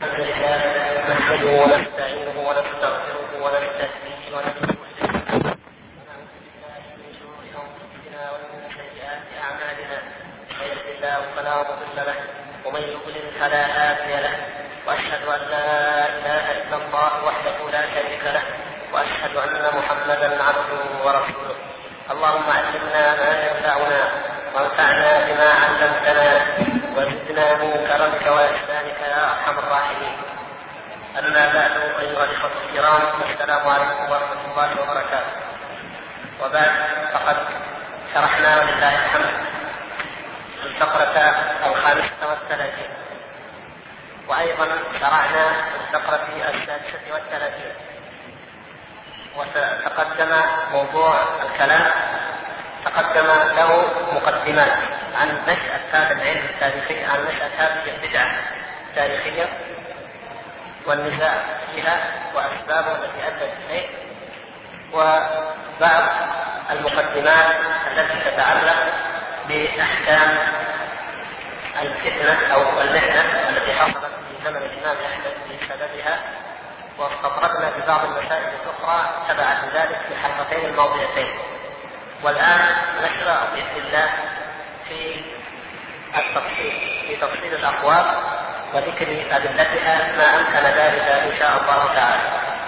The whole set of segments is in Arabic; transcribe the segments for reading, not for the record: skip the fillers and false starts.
الحمد لله نحمده ونستعينه ونستغفره ونستهديه ونتوب إليه ونعوذ بالله من شرور أنفسنا ومن سيئات أعمالنا من يهد الله فلا مضل له ومن يضلل فلا هادي له وأشهد أن لا إله إلا الله وحده لا شريك له وأشهد أن محمدا عبده ورسوله. اللهم علمنا ما ينفعنا وانفعنا بما علمتنا وزدنا من كرمك وإحسانك يا أرحم الراحمين. أما بعد أيها الإخوة الكرام السلام عليكم ورحمة الله وبركاته. وبعد فقد شرحنا ولله الحمد الفقرة 35 وأيضا شرعنا الفقرة 36 وتقدم موضوع الكلام تقدم له مقدمات عن نشأة هذا العلم التاريخي، عن نشأة هذه البدعة التاريخية والنزاع فيها وأسبابه التي أدت إليه، وبعض المقدمات التي تتعلق بأحكام الفتنة أو المحنة التي حصلت في زمن الإمام أحمد بسببها، واستطردنا ببعض المسائل الأخرى تبعا لذلك في الحلقتين الماضيتين. والآن نشرع بإذن الله في تفصيل الأقوال وذكر أدلتها ما أمكن ذلك إن شاء الله تعالى.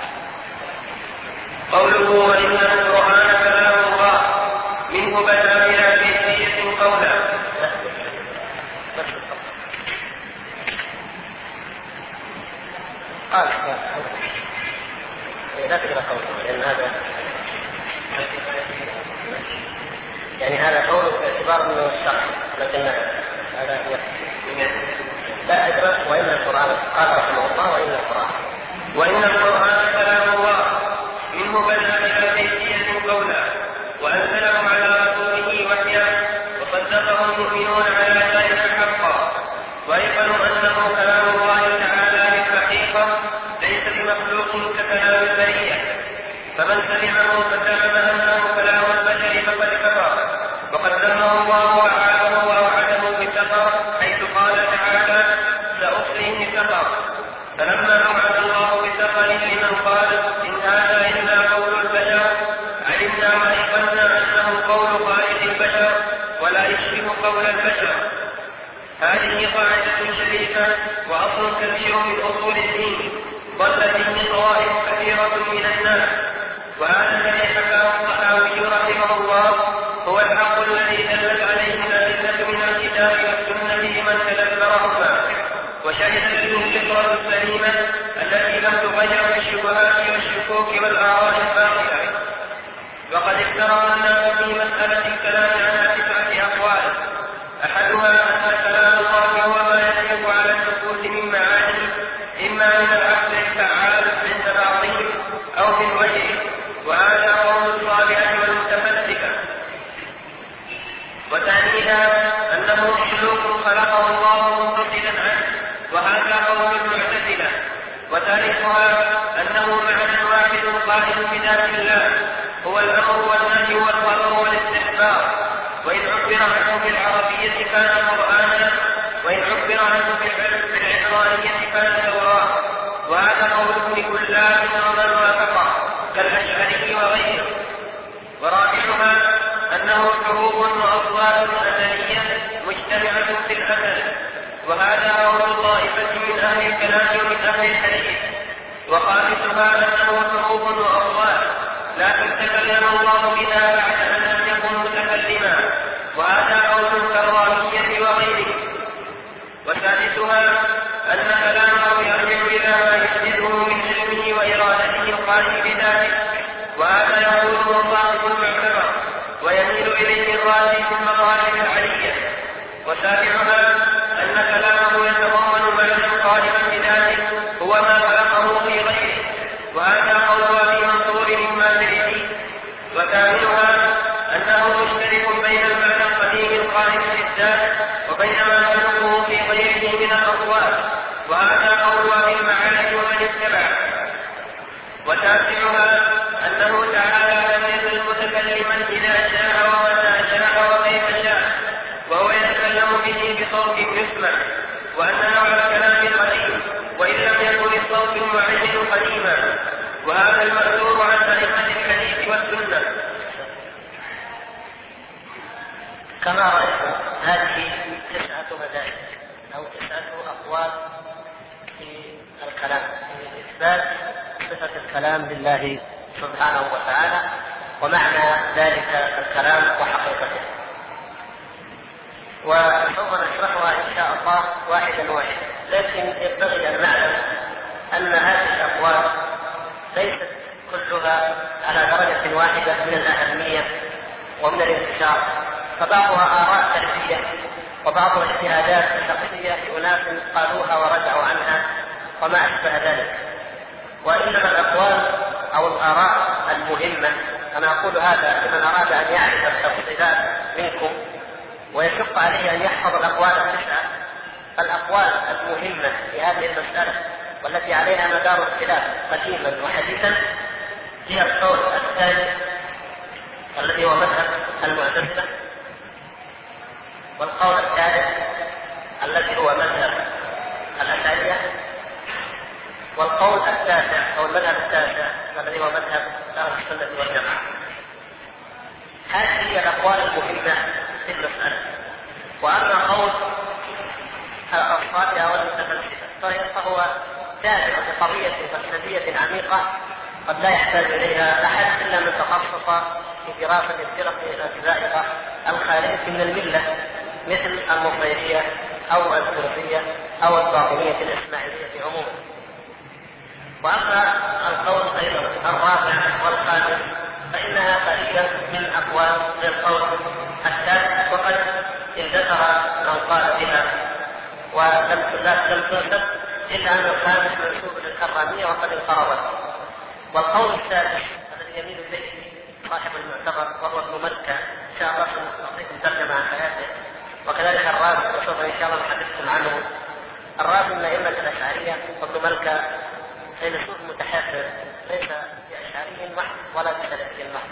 قوله وإن القرآن كلام الله منه بدا بلا كيفية قولا. قال لا تقرأ قوله لأن هذا يعني هذا قول باعتبار انه الشرع، لكن هذا لا أدرك. وإن القرآن قال رحمه الله وإن القرآن كلام الله منه بدا بلا كيفية قولا وأنزله على رسوله وحيا وصدقه المؤمنون على ذلك حقا ويقنوا أنه كلام الله تعالى بالحقيقة ليس بمخلوق ككلام البرية، فمن سمعه فزعم أنه كلام البشر فقد كفر، وقد ذمه الله وأوعده بالسقر حيث قال تعالى سأصليه سقر. فلما أوعد الله بالسقر لمن قال إن هذا إلا قول البشر علمنا وأيقنا أنه قول خالق البشر ولا يشبه قول البشر. هذه قاعدة شريفة وأصل كبير من أصول الدين ضل به طوائف كثيرة من الناس، وهذا الذي حكاه الطحاوي رحمه الله هو الحق الذي دلت عليه الأدلة من الكتاب والسنة لمن تدبرهما وشهد به الفطرة السليمة التي لم تغير بالشبهات والشكوك والآراء الباطلة. وقد افترى الناس في مسألة الكلام على 9 أقوال، أحدها أن كلام الله هو ما يدل على النفوس من معاني إما من العقل الفعال عند بعضهم أو من وجه، وهذا قول الصالحة والمتمسكة. وثانيها أنه مخلوق خلقه الله منفصلا عنه، وهذا قول المعتزلة. وثالثها أنه معنى واحد قائم بذات الله هو الأمر والنهي والخبر والاستحبار، وإن عبر عنه بالعربية كان قرآنا، وإن عبر عنه بالعبرانية كان توراة، وهذا قول ابن كلاب ومن وافقه كالأشعري وغيره. ورابعها أنه حروف وأصوات أزلية مجتمعة في الأزل، وهذا قول طائفة من أهل الكلام ومن أهل الحديث. وخامسها أنه حروف وأصوات لكن تكلم الله بها بعد أن لم يكن متكلما، وهذا قول الكرامية وغيره. وسادسها أن كلامه يرجع إلى ما يحدثه من علمه وإرادته القائم بذلك، وهذا يقوله صاحب المعتبر ويميل إليه الرازي في المطالب العلية. وسابعها أن كلامه يتضمن معنى قائما بذلك هو ما خلقه في غيره، وهذا قول أبي منصور الماتريدي. وثامنها أنه مشترك بين المعنى القديم القائم بالذات وبين ما خلقه في غيره من الأصوات، وهذا قول أبي المعارف ومن اتبعه. وتاسعها أنه تعالى لم يزل متكلما إذا شاء ومتى شاء وكيف شاء، وهو يتكلم به بصوت يسمع، وأن نوع الكلام قليل وإن قديما، وهذا المأثور عن أئمة الحديث والسنة. كما رأيت هذه 9 مذاهب أو 9 أقوال في الكلام في إثبات صفة الكلام لله سبحانه وتعالى ومعنى ذلك الكلام وحقيقته، وسوف نشرحها إن شاء الله واحدا واحدا. لكن ينبغي أن نعلم أن هذه الأقوال ليست كلها على درجة واحدة من الأهمية ومن الانتشار، فبعضها آراء سلبية وبعضها اجتهادات شخصية لأناس قالوها ورجعوا عنها وما أشبه ذلك. وإنما الأقوال أو الآراء المهمة، أنا أقول هذا لمن أراد أن يعرف التفصيلات منكم ويشق عليه أن يحفظ الأقوال 9، الأقوال المهمة في هذه المسألة والتي عليها مدار الخلاف قديما وحديثا هي القول الثاني الذي هو مذهب المعتزلة، والقول الثالث الذي هو مذهب الأشعرية، والقول التاسع أو المذهب التاسع الذي هو مذهب أهل السنة والجماعة. هذه هي الأقوال المهمة في المسألة. وأما قول الأصحاب أو المتفلسفة فهو تابع لقضية فلسفية عميقة قد لا يحتاج إليها أحد إلا من تخصص في دراسة الفرق الزائغة الخارجة من الملة مثل النصيرية أو السلفية أو الباطنية الإسماعيلية عموما. وأما القول أيضا الرابع والخامس فإنها قليلة من أقوال للقول الثالث، وقد اندثر من قال بها ولم تنسب إلا أن الخامس منسوب للكرامية وقد انقرضت. والقول السادس الذي يميل إليه صاحب المعتبر وهو ابن ملكة، إن شاء الله نعطيكم ترجمة عن حياته، وكذلك الرازي وسوف إن شاء الله نحدثكم عنه. الرازي من أئمة الأشعرية وابن ملكة فيلسوف متحفر ليس بأشعري محض ولا بسلفي محض،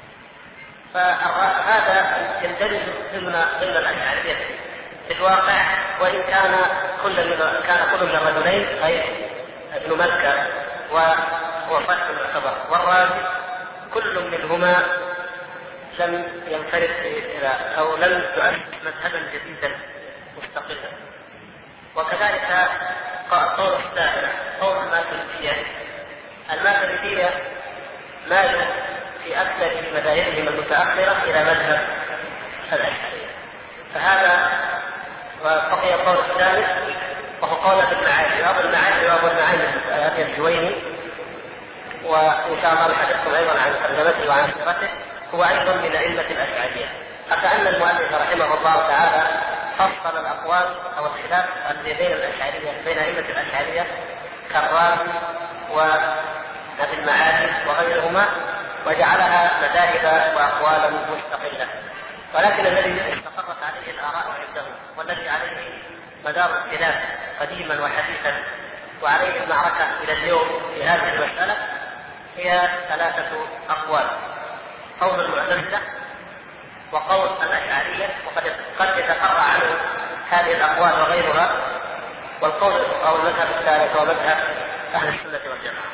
فهذا يندرج ضمن الأشعرية في الواقع، وإن كان كل من الرجلين أي ابن ملكة وصاحب المعتبر والرازي كل منهما لم ينفرد أو لم تؤسس مذهبا جديدا مستقلا. وكذلك قول السابع قول الماتريدية مالوا في أكثر مذاهبهم المتأخرة إلى مذهب الأشعرية. فهذا وبقي القول الثالث وهو قول ابن المعالي وأبو المعالي هذا الجويني، وإن شاء الله نحدثكم أيضا عن ترجمته وعن سيرته، هو أيضا من أئمة الأشعرية. حتى أن المؤلف رحمه الله تعالى فصل الأقوال أو الخلاف الذي بين الأشعرية بين أئمة الأشعرية كالرازي وابن المعالي وغيرهما، وجعلها مذاهب وأقوالا مستقلة. ولكن الذي استقرت عليه الآراء عندهم والذي عليه مدار الخلاف قديما وحديثا وعليه المعركة إلى اليوم في هذه المسألة هي 3 أقوال: قول المعتزلة وقول الأشعرية وقد يتفرع عنه هذه الأقوال وغيرها، والقول أو المذهب الثالث هو مذهب أهل السنة والجماعة.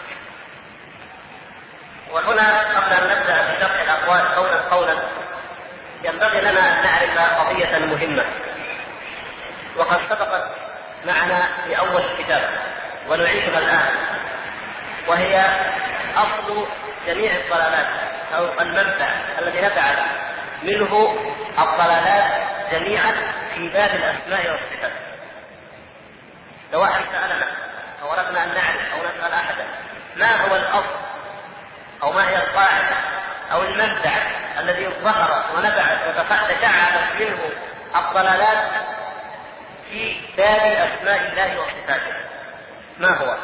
وهنا قبل أن نبدأ بشرح الأقوال قولا ينبغي لنا أن نعرف قضية مهمة وقد سبقت معنا في أول الكتاب ونعيدها الآن، وهي أصل جميع الضلالات أو المنبع الذي نبع منه الضلالات جميعا في باب الأسماء والصفات. لو واحد سألنا أو أردنا أن نعرف أو نسأل أحدا ما هو الأصل أو ما هي القاعدة أو المنبع الذي ظهر ونبعت وتشعبت منه الضلالات في باب أسماء الله وصفاته، ما هو؟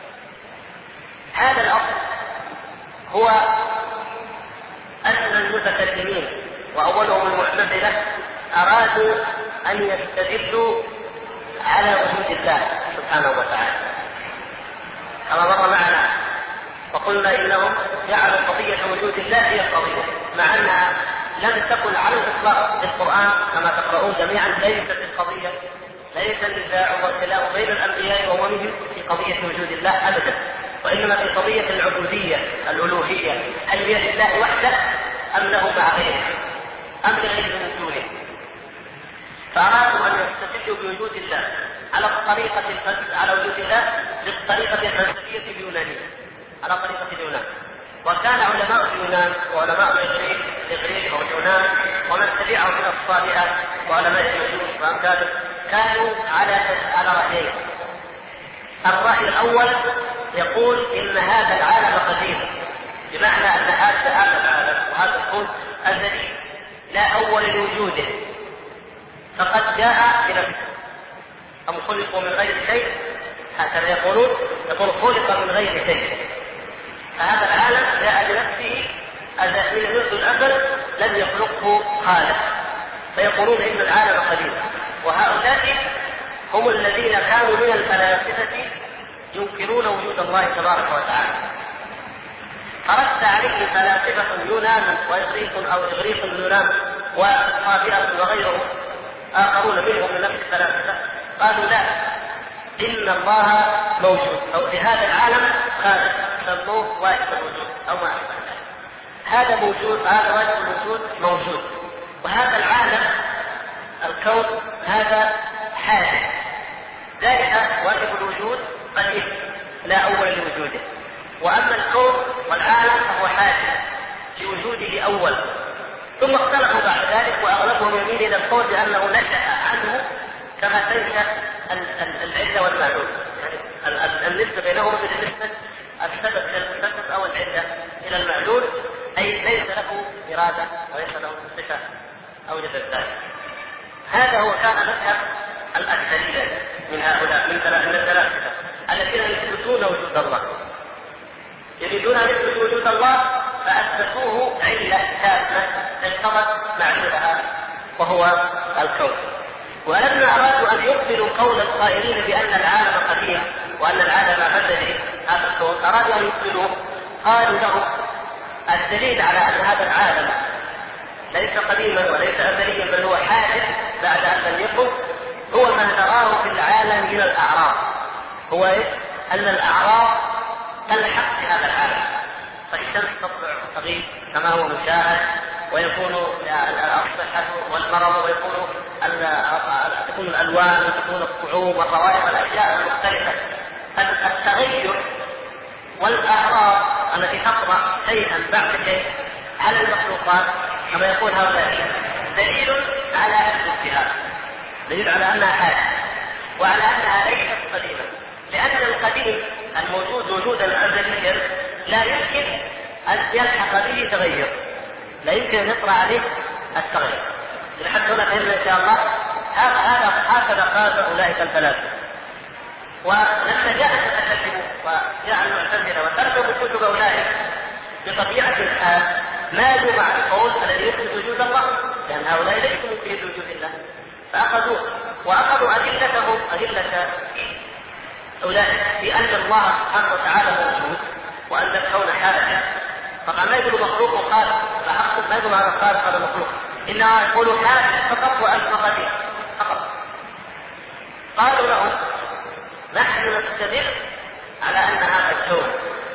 هذا الأصل هو أن المتكلمين وأولهم المعتزلة أرادوا أن يستدلوا على وجود الله سبحانه وتعالى. كما مر معنا وقلنا إنهم جعلوا قضية وجود الله هي القضية، مع أنها لم تكن على الإطلاق في القرآن كما تقرؤون جميعا. ليست القضية ليس النزاع والخلاف بين الأنبياء وأممهم في قضية وجود الله أبدا، وإنما في قضية العبودية الألوهية، هل هي لله وحده أم له مع غيره أم لغيره من دونه. فأرادوا أن يستدلوا بوجود الله على وجود الله بالطريقة الفلسفية اليونانية، على طريقة اليونان. وكان علماء اليونان وعلماء الإغريق أو اليونان ومن تبعهم من الصالحة وعلماء المجوس وأمثاله كانوا على رأيين. الرأي الأول يقول إن هذا العالم قديم، بمعنى أن هذا العالم وهذا الكون أزلي لا أول لوجوده، فقد جاء بنفسه. أم خلقوا من غير شيء، هكذا يقول خلق من غير شيء. فهذا العالم جاء بنفسه من منذ الأزل لم يخلقه خالق، فيقولون إن العالم قديم. وهؤلاء هم الذين كانوا من الفلاسفة ينكرون وجود الله تبارك وتعالى. فرد عليه فلاسفة يونان وإغريق أو إغريق اليونان وصابئة وغيرهم آخرون منهم من نفس الفلاسفة، قالوا لا، إن الله موجود، أو لهذا العالم خالق سموه واجب الوجود أو ما أشبه ذلك. هذا موجود، هذا واجب الوجود موجود، وهذا العالم الكون هذا حادث، ذلك واجب الوجود قديم لا أول لوجوده. وأما الكون والعالم فهو حادث لوجوده أول، ثم اختلفوا بعد ذلك وأغلبهم يميل إلى القول بأنه نشأ عنه كما تنشأ العلة والمعلول، يعني النسبة بينهما بالنسبة السبب إلى المسبب أو العلة إلى المعلول، أي ليس له إرادة وليس له صفة أو جد ذلك. هذا هو كان مذهب الأكثرية من هؤلاء من الفلاسفة الذين يثبتون وجود الله، يريدون أن يثبتوا وجود الله فأثبتوه علة ثابتة اقتضت معلولها وهو الكون. ولما أرادوا أن يقبلوا قول القائلين بأن العالم قديم وأن العالم أزلي هذا الكون، أرادوا أن يقبلوه، قالوا له الدليل على أن هذا العالم ليس قديما وليس أزليا بل هو حادث بعد أن لم يكن، هو ما نراه في العالم من الأعراض، هو أن الأعراض تلحق بهذا العالم، فالشمس تطلع وتغيب كما هو مشاهد، ويكون الصحة والمرض، ويكون تكون الألوان وتكون الطعوم والروائح والأشياء المختلفة. التغير والأعراض التي تطرأ شيئا بعد شيء على المخلوقات كما يقول هؤلاء دليل على وجودها، دليل على أنها حادثة وعلى أنها ليست قديمة، لأن القديم الموجود وجودا أزليا لا يمكن أن يلحق به تغير، لا يمكن أن يطرأ عليه التغير. لحد هنا فهمنا إن شاء الله. هكذا قال أولئك الفلاسفة. ولما جاء المتكلمون وجاء المعتزلة وترجموا كتب أولئك بطبيعة الحال مالوا مع القول الذي يثبت وجود الله، لأن هؤلاء ليسوا ممكن وجود الله، فأخذوه وأخذوا أدلتهم أدلة أولئك بأن الله سبحانه وتعالى موجود وأن الكون حادث. طبعا ما يقولوا مخلوق خالق، فحقق ما يقولوا هذا خالق هذا مخلوق، إنما يقولوا حادث فقط وأنت قدير فقط. قالوا لهم نحن نستدل على أن هذا الكون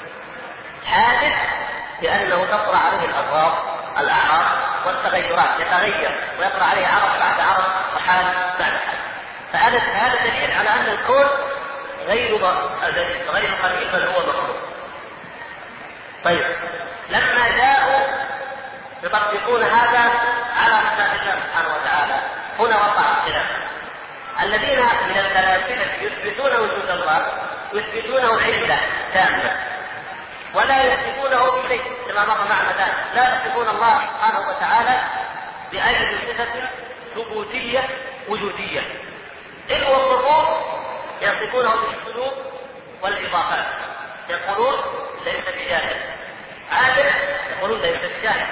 حادث لأنه تطرأ عليه الأعراض والتغيرات، يتغير ويطرأ عليه عرض بعد عرض وحال بعد حال. فهذا دليل على أن الكون غير قديم بل هو مخلوق. طيب لما جاءوا يطبقون هذا على صفات الله سبحانه وتعالى هنا وقع الخلاف. الذين من الفلاسفة يثبتون وجود الله يثبتونه علة تامة ولا يثبتونه بشيء كما مر معنا ذلك، لا يثبتون الله سبحانه وتعالى بأي صفة ثبوتية وجودية، إن وصفوه يصفونه بالسلوك والإضافات، يقولون ليس بجاهل، عادل يقولون ليس بجاهل،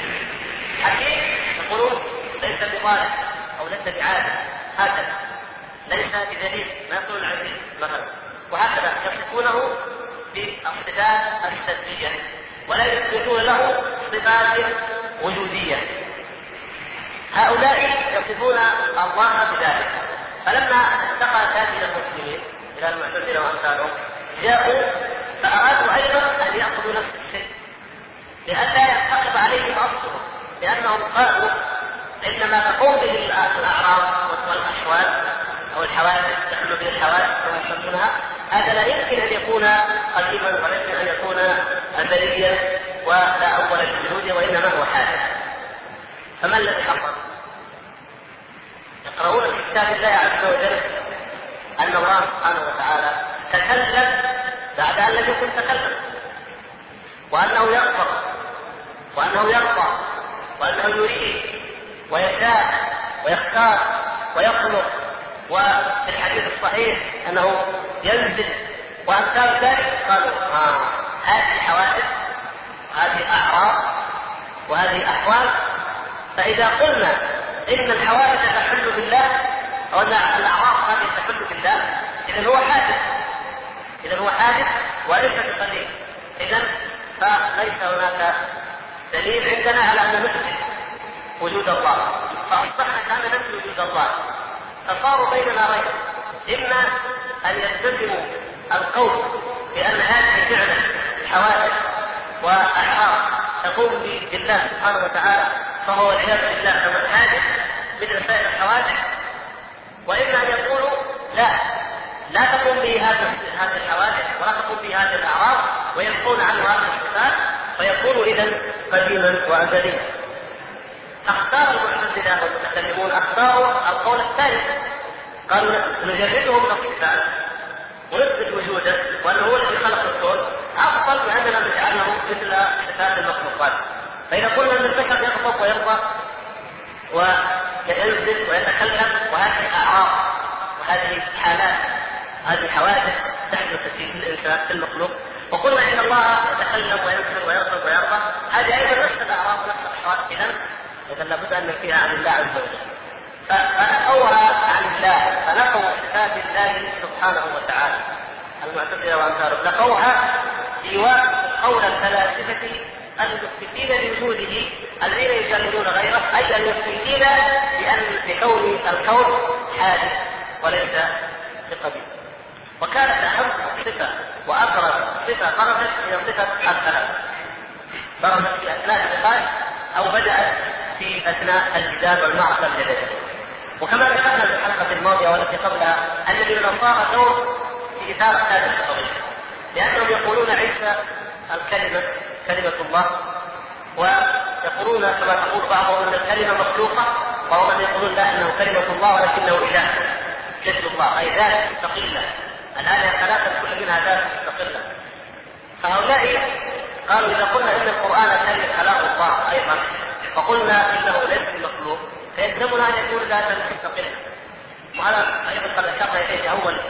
حكيم يقولون ليس بظالم أو ليس بعادل، هكذا ليس بدليل ما يقول العزيز مثلا، وهكذا يصفونه بالصفات السلبية ولا يثبتون له صفات وجودية. هؤلاء يصفون الله بذلك. فلما انتقل ذلك الى المسلمين الى المعتزلة وامثالهم جاءوا فأرادوا أيضا أن يأخذوا نفس الشيء لئلا ينتقض عليهم أصله، لأنهم قالوا إنما تقوم به الأعراض والأحوال أو الحوادث، تحل به الحوادث كما يسمونها، هذا لا يمكن أن يكون قديما ولا يمكن أن يكون أزليا ولا أول الوجود، وإنما هو حادث. فما الذي حصل؟ يقرؤون في كتاب الله عز وجل أن الله سبحانه وتعالى تكلم بعد أن لم يكن تكلم، وأنه يغفر وأنه يرضى وأنه يريد ويشاء ويختار ويخلق، وفي الحديث الصحيح أنه ينزل وأمثال ذلك. قالوا هذه حوادث وهذه أعراض وهذه أحوال، فإذا قلنا إن الحوادث تحل بالله أو أن الأعراض هذه تحل بالله إذن هو حادث وليس بقليل. إذن فليس هناك دليل عندنا على أن نثبت وجود الله، فأصبحنا كأن ننفي وجود الله، فصاروا بيننا ريب، إما أن يلتزموا القول بأن هذه فعلا حوادث وأعراض تقوم بالله سبحانه وتعالى فهو والعياذ بالله كما حادث مثل سائر الحوادث، وإما أن يقولوا لا تقوم به هذه الحوادث ولا تقوم به هذه الأعراض، وينفون عنه هذه الصفات، فيكون إذن قديما وأزليا. اختار المعتزلة والمتكلمون القول الثالث، قالوا نجردهم بالصفات ونثبت وجوده وأنه هو الذي خلق الكون أفضل من أننا نجعله مثل صفات المخلوقات. فإذا قلنا أن البشر يغضب ويرضى وينزل ويتكلم وهذه أعراض وهذه حالات، هذه حوادث تحدث في الإنسان في المخلوق، وقلنا إن الله يتكلم وينزل ويغضب ويرضى، هذه أيضا نفس الأعراض ونفس الأحوال. إذا لابد أن ننفيها عن الله عز وجل. فنقوها عن الله، فنقوا صفات الله سبحانه وتعالى. المعتزلة وأمثالهم نقوها يوافق قول الفلاسفة المثبتين لوجوده الذين يجادلون غيره، أي المثبتين بكون الكون حادث وليس بقديم. وكانت أهم صفة وأقرب صفة خرجت هي صفة الثلاث، خرجت في أثناء النقاش أو بدأت في أثناء الجدال والمعركة الجدلية. وكما ذكرنا في الحلقة الماضية والتي قبلها أن للنصارى دور في إثارة هذه القضية، لأنهم يقولون عيسى الكلمة كلمة الله، ويقولون كما تقول بعضهم أن الكلمة مخلوقة، وهم يقولون لا أنه كلمة الله ولكنه إله مثل الله، أي ذات مستقلة. الآن ثلاثة كل منها ذات مستقلة. فهؤلاء قالوا إذا قلنا إن القرآن كلمة كلام الله أيضا فقلنا إنه ليس بمخلوق، فيلزمنا أن يكون ذاتا مستقلة. وهذا أيضا قد أشرنا إليه أول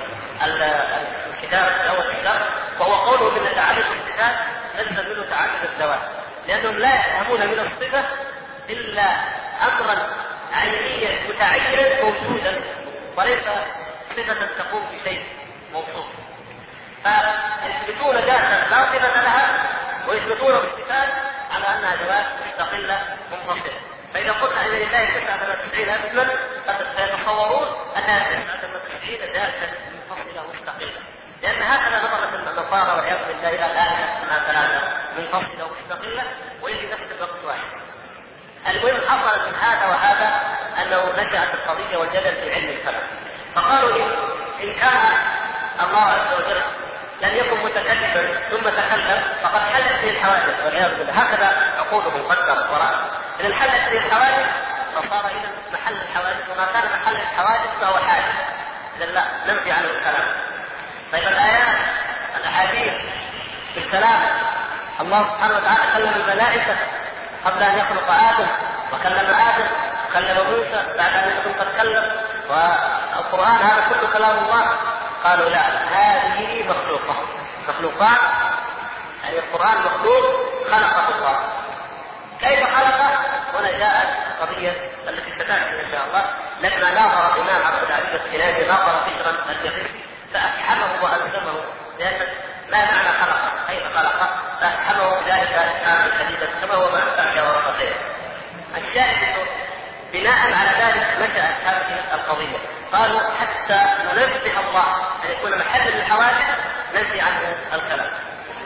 الكتاب، وهو قوله من تعدد الصفات نزل منه تعدد الذوات، لأنهم لا يفهمون من الصفة إلا أمرا عينيا متعينا موجودا وليس صفة تقوم بشيء موصوف. فيثبتون ذاتا لا صفة لها ويثبتون بالصفات على أنها ذوات مستقلة منفصلة. فإذا قلنا إن لله 99 اسما فيتصورون أنها 99 ذاتا منفصلة مستقلة، لأن هكذا نظرت النصارى والعياذ بالله إلى الآن أنها ثلاثة منفصلة ومستقلة ويجي نفس الوقت واحد. المهم حصل من هذا وهذا أنه نشأت القضية والجدل في علم الفلك، فقالوا إن كان الله عز وجل لم يكن متكلما ثم تكلم فقد حلت به الحوادث والعياذ بالله. هكذا عقولهم فكرت ورأت إن حلت به الحوادث فصار إذا محل الحوادث، وما كان محل الحوادث فهو حادث، إذا لا ننفي عنه الكلام. طيب الآيات الأحاديث في الكلام، الله سبحانه وتعالى كلم الملائكة قبل أن يخلق آدم، وكلم آدم وكلم موسى بعد أن يكون قد كلم، والقرآن هذا كله كلام الله. قالوا لا، هذه مخلوقات، يعني القرآن مخلوق خلقه الله. كيف خلقه؟ هنا جاءت القضية التي ستأتي إن شاء الله. لما ناظر الإمام عبد العزيز الكناني ناظر بشرا الجريري فأفحمه وألزمه، لأن ما معنى خلقه؟ كيف خلقه؟ فأفحمه بذلك إفهاما شديدا كما هو ما أفتح ورقتين. الشاهد بناء على ذلك نشأت هذه القضية. قالوا حتى ننزه الله أن يكون محل للحوادث ننفي عنه الكلام.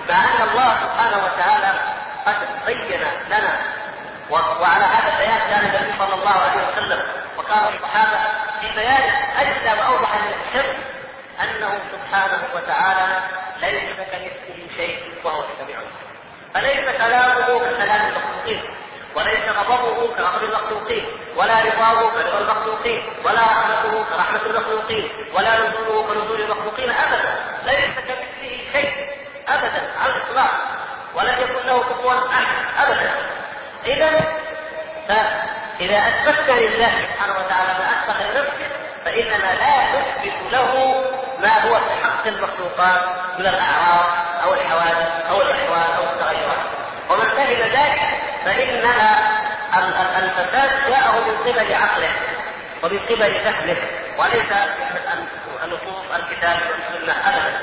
مع أن الله سبحانه وتعالى قد بين لنا، وعلى هذا البيان كان النبي صلى الله عليه وسلم وكان الصحابة في بيان أجلى وأوضح من الشمس أنه سبحانه وتعالى ليس كمثله شيء وهو السميع البصير. فليس كلامه ككلام المخلوقين، وليس غضبه كغضب المخلوقين، ولا رضاه كرضا المخلوقين، ولا رحمته كرحمة المخلوقين، ولا نزوله كنزول المخلوقين أبدا. ليس كمثله شيء أبدا على الإطلاق، ولم يكن له كفوا أحد أبدا. إذا أثبت لله سبحانه وتعالى ما أثبت لنفسه فإننا لا نثبت له ما هو في حق المخلوقات من الأعراض أو الحوادث أو الأحوال أو التغيرات. ومن فهم ذلك فإننا الفساد جاءه من قبل عقله ومن قبل فهمه، وليس من نصوص الكتاب والسنة أبدا.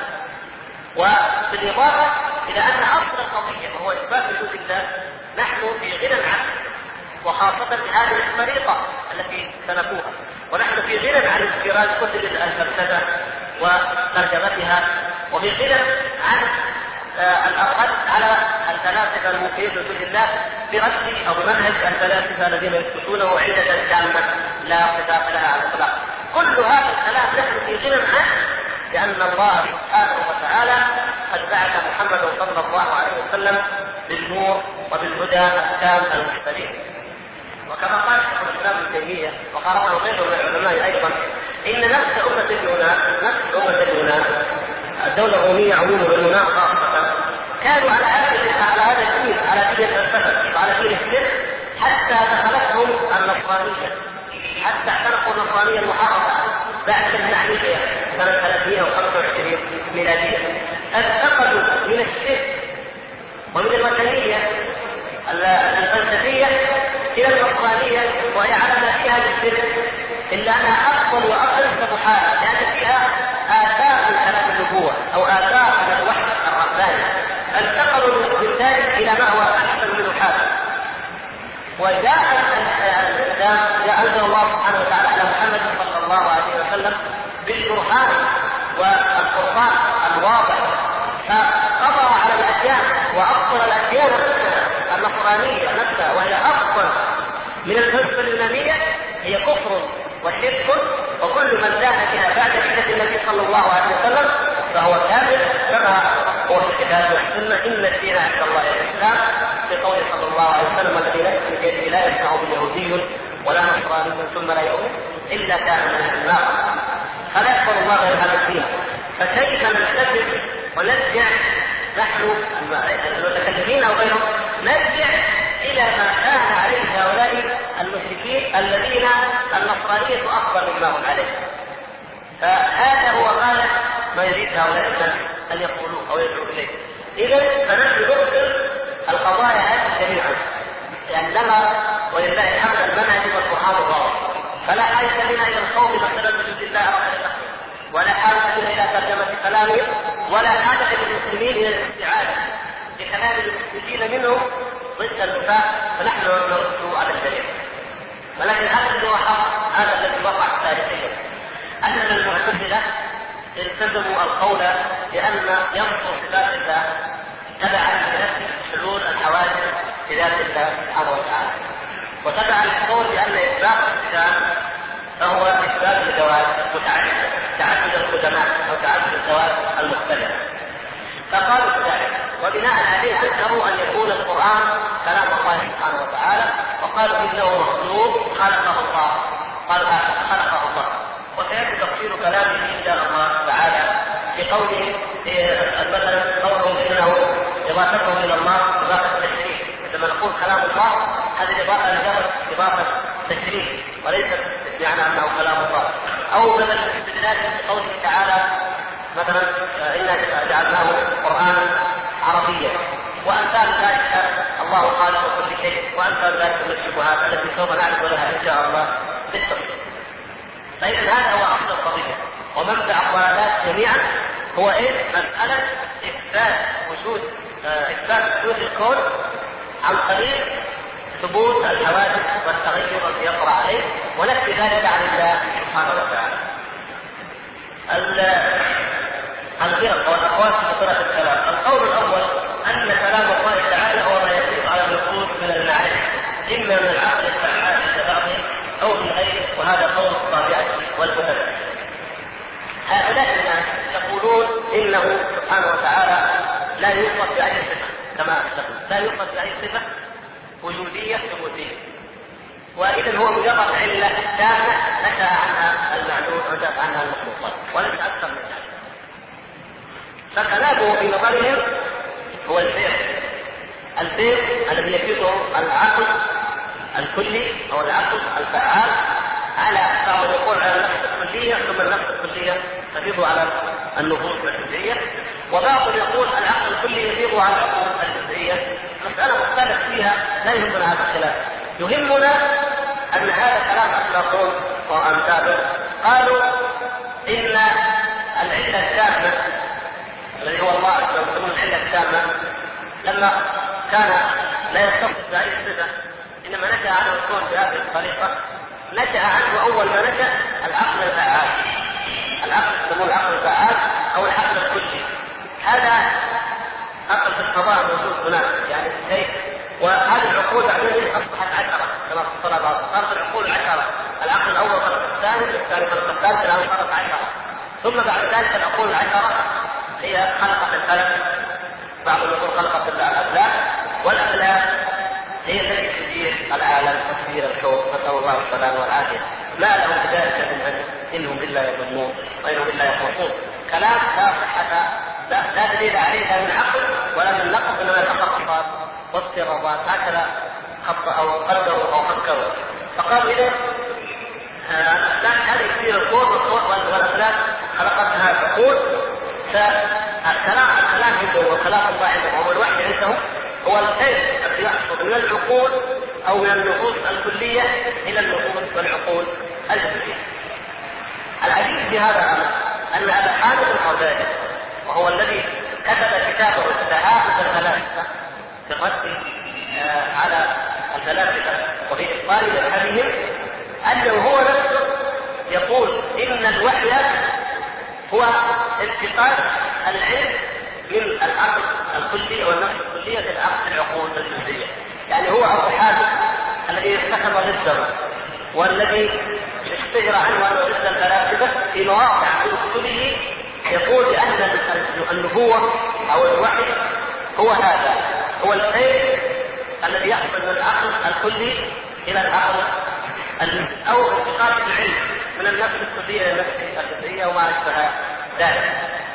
وبالإضافة إلى أن أصل القضية وهو إثبات وجود الله نحن في غنى عنه، وخاصة في هذه الطريقة التي سلكوها، ونحن في غنى عن انفراد كتب الفلسفة وترجمتها، وفي غنى عن الرد على الفلاسفة المنكرين لوجود الله برد أو بمنهج الفلاسفة الذين يثبتونه عدة تامة لا خلاف لها على الإطلاق. كل هذا الكلام نحن في غنى عنه، لأن الله سبحانه وتعالى قد بعث محمدا صلى الله عليه وسلم بالنور وبالهدى التام المستبين. وكما قال شيخ الإسلام ابن تيمية وقرأه غيره من العلماء أيضا، إن نفس أمة اليونان الدولة الرومية عموما واليونان خاصة كانوا على هذا الدين، على دين الفلسفة وعلى دين السر، حتى دخلتهم النصرانية، حتى اعتنقوا النصرانية المحرمة بعد النعمية سنة 325 ميلادية. انتقلوا من الشرك ومن الوثنية الفلسفية إلى النصرانية، وهي على ما فيها للشرك إلا أنها أفضل وأنسب حالا، لأن فيها آثار من كلام النبوة أو آثار من الوحي الرباني. انتقلوا من ذلك إلى ما هو أحسن منه حالا. وجاء الإسلام، أنزل الله سبحانه وتعالى على محمد صلى الله عليه وسلم بالبرهان والقرآن الواضح، فقضى على الأديان وأفضل الأديان النصرانية نفسها، وهي أفضل من الفلسفة اليونانية، هي كفر وشرك، وكل من دان بها بعد بعثة النبي صلى الله عليه وسلم فهو كافر، كما هو في الكتاب والسنة: إن الدين عند الله الإسلام، في قوله صلى الله عليه وسلم: الذي نفسه بيده لا يسمع به يهودي ولا نصراني ثم لا يؤمن إلا كان من أهل النار. فلا يقبل الله غير هذا الدين. فكيف نلتزم ونرجع نحن المتكلمين أو غيرهم، نرجع إلى ما كان عليه هؤلاء المشركين الذين النصرانية أفضل مما هم عليه؟ فهذا هو غاية ما يريد هؤلاء الناس أن يقولوا أو يدعوا إليه. إذن فنحن نبطل القضايا هذه جميعا، لأنما ولله الحمد المنهج والقرآن الواضح، فلا حاجة بنا إلى الخوف مثلا بوجود الله أو غيره، ولا حاجة بنا إلى ترجمة كلامه، ولا حاجة للمسلمين إلى الاستعادة بكلام المسلمين منهم ضد الوفاء، فنحن نرد على الجميع. ولكن هذا الذي هو حق، هذا الذي وقع تاريخيا، أن المعتزلة التزموا القول بأن ينصر صفات الله تبعا لنفس حلول الحوادث في ذات الله سبحانه وتعالى، وتبعا القول بأن إثبات الصفات فهو إثبات الذوات متعددة، تعدد القدماء أو تعدد الذوات المختلفة. فقالوا ذلك، وبناء عليه أنكروا أن يكون القرآن كلام الله سبحانه وتعالى، وقالوا إنه مخلوق خلقه الله، خلقه الله. وسيأتي تفصيل كلامه إن شاء الله تعالى في قوله مثلا قولهم إنه إضافته إلى الله إضافة تشريف. لما نقول كلام الله هذه الإضافة لجرد إضافة تشريف وليست يعني أنه كلام الله. أو مثلا استدلال قوله تعالى مثلا إنا جعلناه قرآنا عربيا، وأمثال ذلك الله خالق كل شيء، وأمثال ذلك من الشبهات التي سوف نعرف لها إن شاء الله بالتفصيل. فإذا هذا هو أصل القضية ومبدأ الضلالات جميعا، هو مسألة إثبات وجود الكون عن طريق ثبوت الحوادث والتغير الذي يطرأ عليه، ونفي ذلك عن الله سبحانه وتعالى. الفرق والأقوال في فرق الكلام: القول الأول إنه سبحانه وتعالى لا يوصف بأي صفة كما أسلفنا، لا يوصف بأي صفة وجودية ثبوتية، وإذا هو مجرد علة تامة نشأ عنها المعلوم ونشأ عنها المخلوقات وليس أكثر من ذلك. فكلامه في نظرهم هو الفيض الذي يفيضه العقل الكلي أو العقل الفعال على بعض يقول على النفس الكلية، ثم النفس الكلية تفيض على النفوس الجزئية، وبعض يقول العقل الكلي يفيض على العقول الجزئية. مسألة مختلف فيها لا يهمنا هذا الخلاف، يهمنا أن هذا كلام أفلاطون وأمثاله قالوا إن العلة التامة الذي هو الله يسمون العلة التامة لما كان لا يتصف بأي صفة إنما نشأ عنه الكون بهذه الطريقة، نشأ عنه أول ما نشأ العقل الفعال، العقل يسمون العقل الفعال أو العقل الكلي. هذا عقل في الفضاء موجود هناك يعني شيء، وهذه العقول بعدين أصبحت 10 كما فصل بعض، صارت العقول 10، العقل الأول خلق الثاني، الثاني خلق الثالث، الآن خلق 10، ثم بعد ذلك العقول 10 هي خلقت الفلك، بعض العقول خلقت الأفلاك، والأفلاك هي التي تدير العالم وتدير الكون، نسأل الله السلامة والعافية. ما لهم بذلك من علم إنهم إلا يظنون وإنهم إلا يخرصون. كلام لا صحة لا دليل عليه لا من عقل ولا من نقص، إنما تخطيطات واضطرابات هكذا أو قدروا أو فكروا. فقالوا إذا هذه كثير الكون والأفلاك خلقتها عقول، فالكلام عندهم وكلام الله عندهم والوحي عندهم هو الخير الذي يحصل من العقول أو من النفوس الكلية إلى النفوس والعقول الجزئية. العجيب في هذا الأمر أن أبا حامد الغزالي وهو الذي كتب كتابه التحافظ الفلاسفة في الرد على الفلاسفة وفي إبطال مذهبهم، أنه هو نفسه يقول إن الوحي هو انتقال العلم من العقل الكلي او النفس الكليه الى العقول الجزئيه. يعني هو ابو حامد الذي اتخذ ضده والذي اشتهر عنه انه ضد الفلاسفه في مواقع من كتبه يقول بان النبوه او الوحي هو هذا، هو الخير الذي يحصل من العقل الكلي الى العقل او انتقال العلم من النفس الكليه الى النفس الجزئيه وما اشبه ذلك.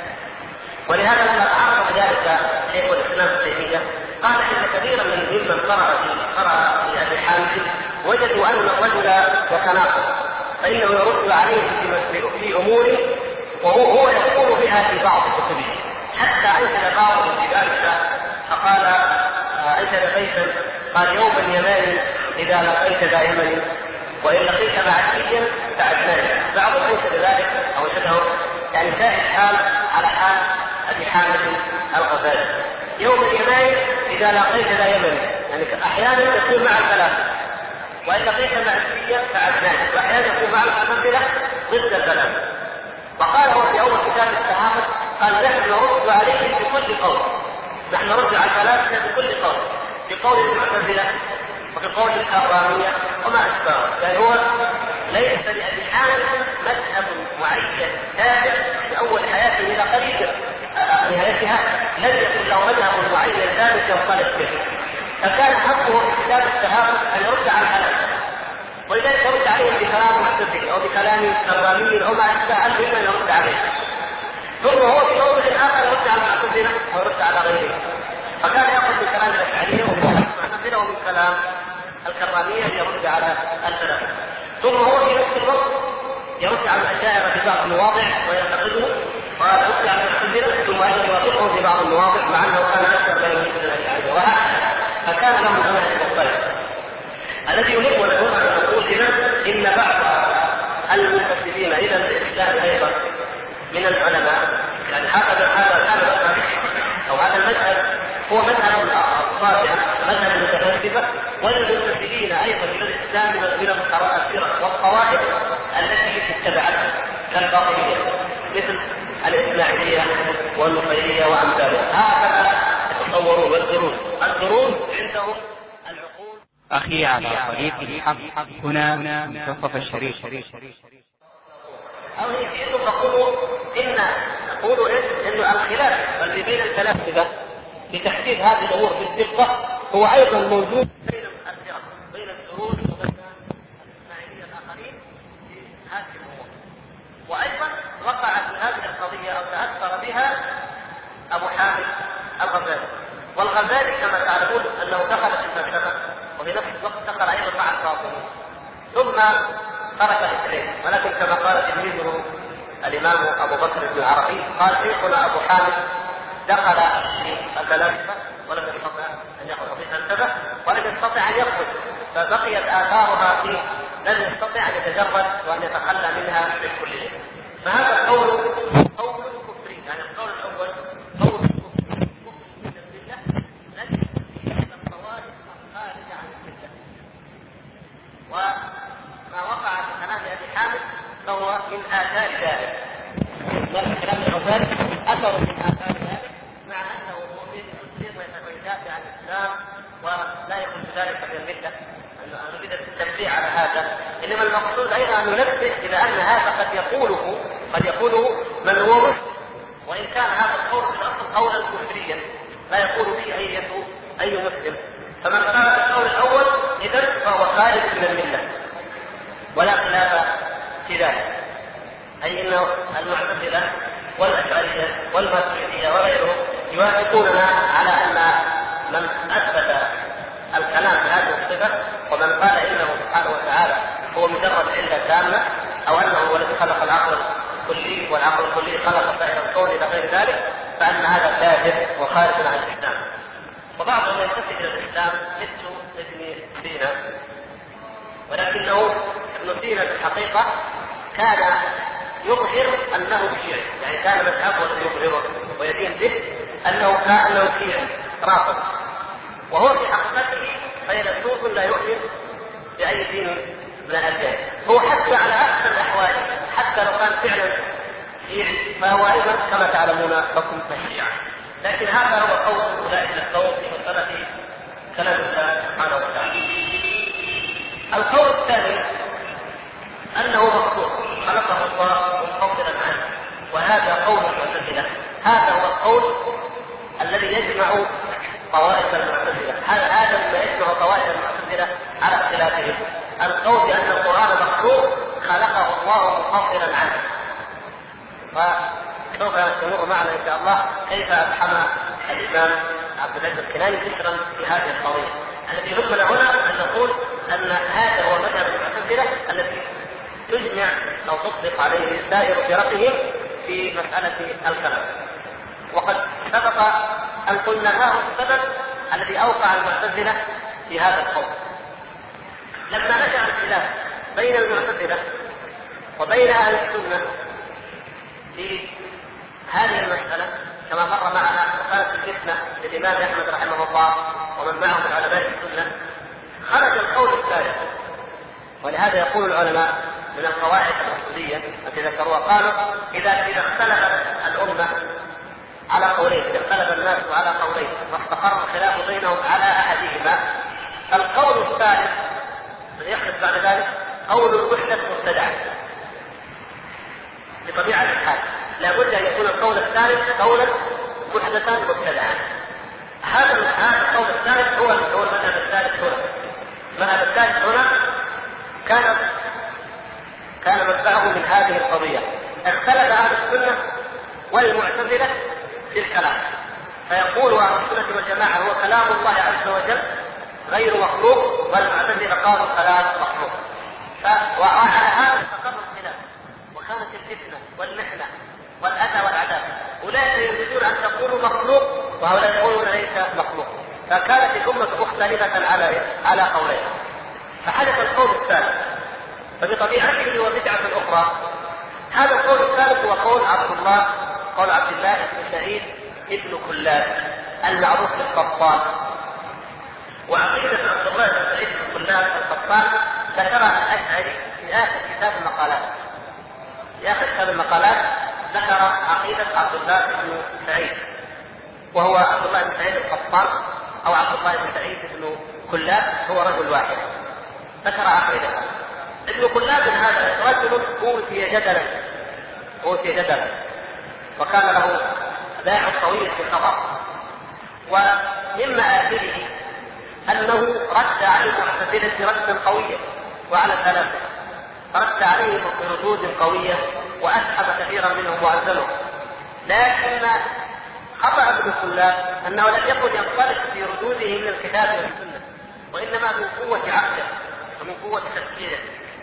ولهذا لما تعرض ذلك شيخ الاسلام ابن تيميه قال ان كثيرا ممن قرأ في ابي حامد وجدوا ان الرجل يتناقض، فانه يرد عليه في امور وهو يقول بها في بعض كتبه، حتى انشد بعضهم في ذلك فقال انشد بيتا قال يوما يماني اذا لقيت ذا يمني وان لقيت معديا فعدناني. بعضهم انشد ذلك او انشده يعني شاهد حال على حال ابي حامد الغزالي، يوم اليماني اذا لقيت ذا يمني، يعني احيانا يكون مع الفلاسفه وان لقيت معديا فعدناني، واحيانا يكون مع المعتزله ضد الفلاسفه. وقال هو في اول كتاب التحافظ قال نحن نرد عليه بكل قول، نحن نرد على الفلاسفه بكل قول، بقول المعتزله وفي قول الكراميه وما اشبهه. يعني هو ليس لأبي حامد مذهب معين ثابت في أول حياته إلى قريب نهايتها، لم يكن له مذهب معين ثابت ينطلق به، فكان حقه في كتاب التحافظ أن يرد على الفلاسفة، ولذلك يرد عليهم بكلام معتزلي أو بكلام كرامي أو ما أشبه مما يرد عليه، ثم هو في موضع آخر يرد على المعتزلة أو يرد على غيره، فكان يأخذ من كلام الأشعرية ومن المعتزلة ومن كلام الكرامية يرد على الفلاسفة، ثم هو في نفس الوقت يرد على الأشاعرة في بعض المواضع وينتقدهم، ويرد على المعتزلة ثم يوافقهم في بعض المواضع مع أنه كان أكثر بين الأشاعرة، وهكذا فكان لهم منهج مختلف. الذي يهم ونقول عن أنفسنا إن بعض المنتسبين إلى الإسلام أيضا من العلماء، يعني هذا المذهب أو هذا المذهب هو مذهب الصادق، مذهب المتفلسفة، والمنتسبين أيضا إلى الإسلام من الفرق والطوائف التي اتبعتها كالباطنية مثل الإسماعيلية والنصيرية وأمثالها، هكذا يتصورون. والدروس عندهم العقول. أخي على طريق الحق هنا منتصف الشريف. أو يجب تقول إن يقولوا إنه الخلاف الذي بين الفلاسفة في تحديد هذه الأمور بالدقة هو أيضا موجود بين الفرق، بين الدروز وبين الإسماعيلية الآخرين في هذه الأمور. وأيضا وقع في هذه القضية أو تأثر بها أبو حامد الغزالي. والغزالي كما تعلمون أنه دخل في الفلسفة وفي نفس الوقت دخل أيضا مع الباطنية ثم ترك الاثنين، ولكن كما قال تلميذه الإمام أبو بكر بن العربي قال شيخنا أبو حامد دخل في الفلسفة ولم يستطع أن يخرج في الفلسفة ولم يستطع أن يخرج، فبقيت آثارها فيه، لم يستطع أن يتجرد وأن يتخلى منها بالكلية. فهذا القول قول كفري، يعني القول الأول قول كفري من الملة الذي فيه الطوائف الخارجة عن الملة. وما وقع في كلام أبي حامد فهو من آثار ذلك، من كلام الغزالي أثر من آثار ذلك، مع أنه مؤمن مسلم ويدافع عن الإسلام ولا يكون ذلك من الملة، أنه نريد التنبيه على هذا. إنما المقصود أيضا أن ننبه إلى أن هذا قد يقوله من هو مسلم، وإن كان هذا القول في الأصل قولا كفريا لا يقول به أي مسلم. فمن قال القول الأول إذن فهو خارج من الملة ولا خلاف في ذلك، أي أن المعتزلة والأشعرية والماتريدية وغيرهم يوافقوننا على أن من أثبت الكلام بهذه الصفة ومن قال إنه سبحانه وتعالى هو مجرد علة تامة، أو أنه هو الذي خلق العقل الكلي والعقل الكلي خلق سائر الكون إلى غير ذلك، فأن هذا كافر وخارج عن الإسلام. وبعضهم ينتسب إلى الإسلام مثل ابن سينا، ولكنه ابن سينا في الحقيقة كان يظهر أنه شيعي، يعني كان مذهبه الذي يظهره ويدين به أنه شيعي رافض، وهو في حقيقته فيلسوف لا يؤمن بأي دين من الأديان. هو حتى على أحسن الأحوال حتى لو كان فعلا شيعي فهو أيضا كما تعلمون حكم الشيعة. لكن هذا هو قول أولئك القوم في مسألة كلام الله سبحانه وتعالى. القول الثاني أنه مخلوق خلقه الله منفصلا عنه، وهذا قول المعتزلة. هذا هو القول الذي يجمع طوائف المعتزلة، هذا ما يجمع طوائف المعتزلة على اختلافهم. القول بأن القرآن مخلوق خلقه الله منفصلا عنه. وسوف نستمر معنا إن شاء الله كيف أفهم الإمام عبد العزيز الكناني فكرا في هذه القضية. الذي يهمنا هنا أن نقول أن هذا هو مذهب المعتزلة التي تجمع أو تطلق عليه سائر فرقهم في مسألة الكلام. وقد سبق أن قلنا ما هو السبب الذي أوقع المعتزلة في هذا القول. لما نشأ الخلاف بين المعتزلة وبين أهل السنة في هذه المسألة كما مر معنا وكانت الفتنة للإمام أحمد رحمه الله ومن معه من علماء السنة، خرج القول الثالث. ولهذا يقول العلماء من القواعد الأصولية التي ذكروها قالوا إذا اختلفت الأمة على قولين، إذا اختلف الناس على قولين واستقر الخلاف بينهم على أحدهما، القول الثالث يخلف بعد ذلك قول المحدث مبتدع بطبيعة الحال. لا بد أن يكون القول الثالث قولا محدثا مبتدعا. هذا القول الثالث هو المذهب الثالث هنا. المذهب الثالث هنا كان منبعه من هذه القضية. اختلف أهل السنة والمعتزلة في الكلام، فيقول أهل السنة والجماعة هو كلام الله عز وجل غير مخلوق، والمعتزلة قالوا كلام مخلوق. وعلى هذا استقر الخلاف وكانت الفتنة والمحنة والأذى والعذاب. أولئك يريدون أن تقولوا مخلوق وهؤلاء يقولون ليس مخلوق، فكانت الأمة مختلفة على قولين. فحدث القول الثالث، فبطبيعته هو بدعة أخرى. هذا القول الثالث هو قول عبد الله بن سعيد ابن كلاب المعروف بالقطان. وعقيدة عبد الله بن سعيد بن كلاب القطان ذكرها الأشعري في آخر كتاب المقالات. في آخر كتاب المقالات ذكر عقيدة عبد الله بن سعيد، وهو عبد الله بن سعيد القطان أو عبد الله بن سعيد بن كلاب، هو رجل واحد ذكر عقيدته. ابن كلاب هذا رجل أوتي جدلا وكان له باع طويل في الخبر. ومن مآثره أنه رد على المعتزلة ردا قويا وعلى الثلاثة، رد عليهم بردود قوية وأسحب كثيرا منهم وأنزلهم. لكن خطأ ابن الخلاب أنه لم يكن ينطلق في ردوده من الكتاب والسنة، وإنما من قوة عقله ومن قوة تفكيره.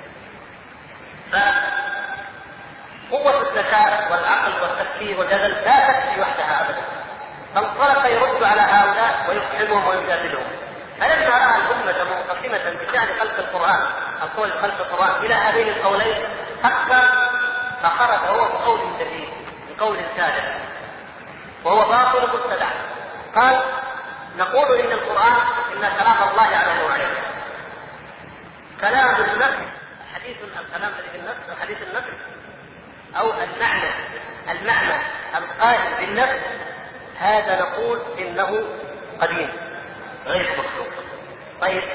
فقوة الذكاء والعقل والتفكير والجدل لا تكفي وحدها أبدا، فانطلق يرد على هؤلاء ويفهمهم ويجادلهم. فلما رأى الأمة منقسمة بشأن خلق القرآن، القول خلق القرآن إلى هذين القولين، فخرج هو بقول جديد، بقول ثالث وهو باطل مبتدع. قال: نقول إن القرآن إن كلام الله على نوعين: كلام النفس، حديث الكلام الذي في النفس، حديث النفس، أو المعنى القائم بالنفس، هذا نقول إنه قديم غير مخلوق. طيب،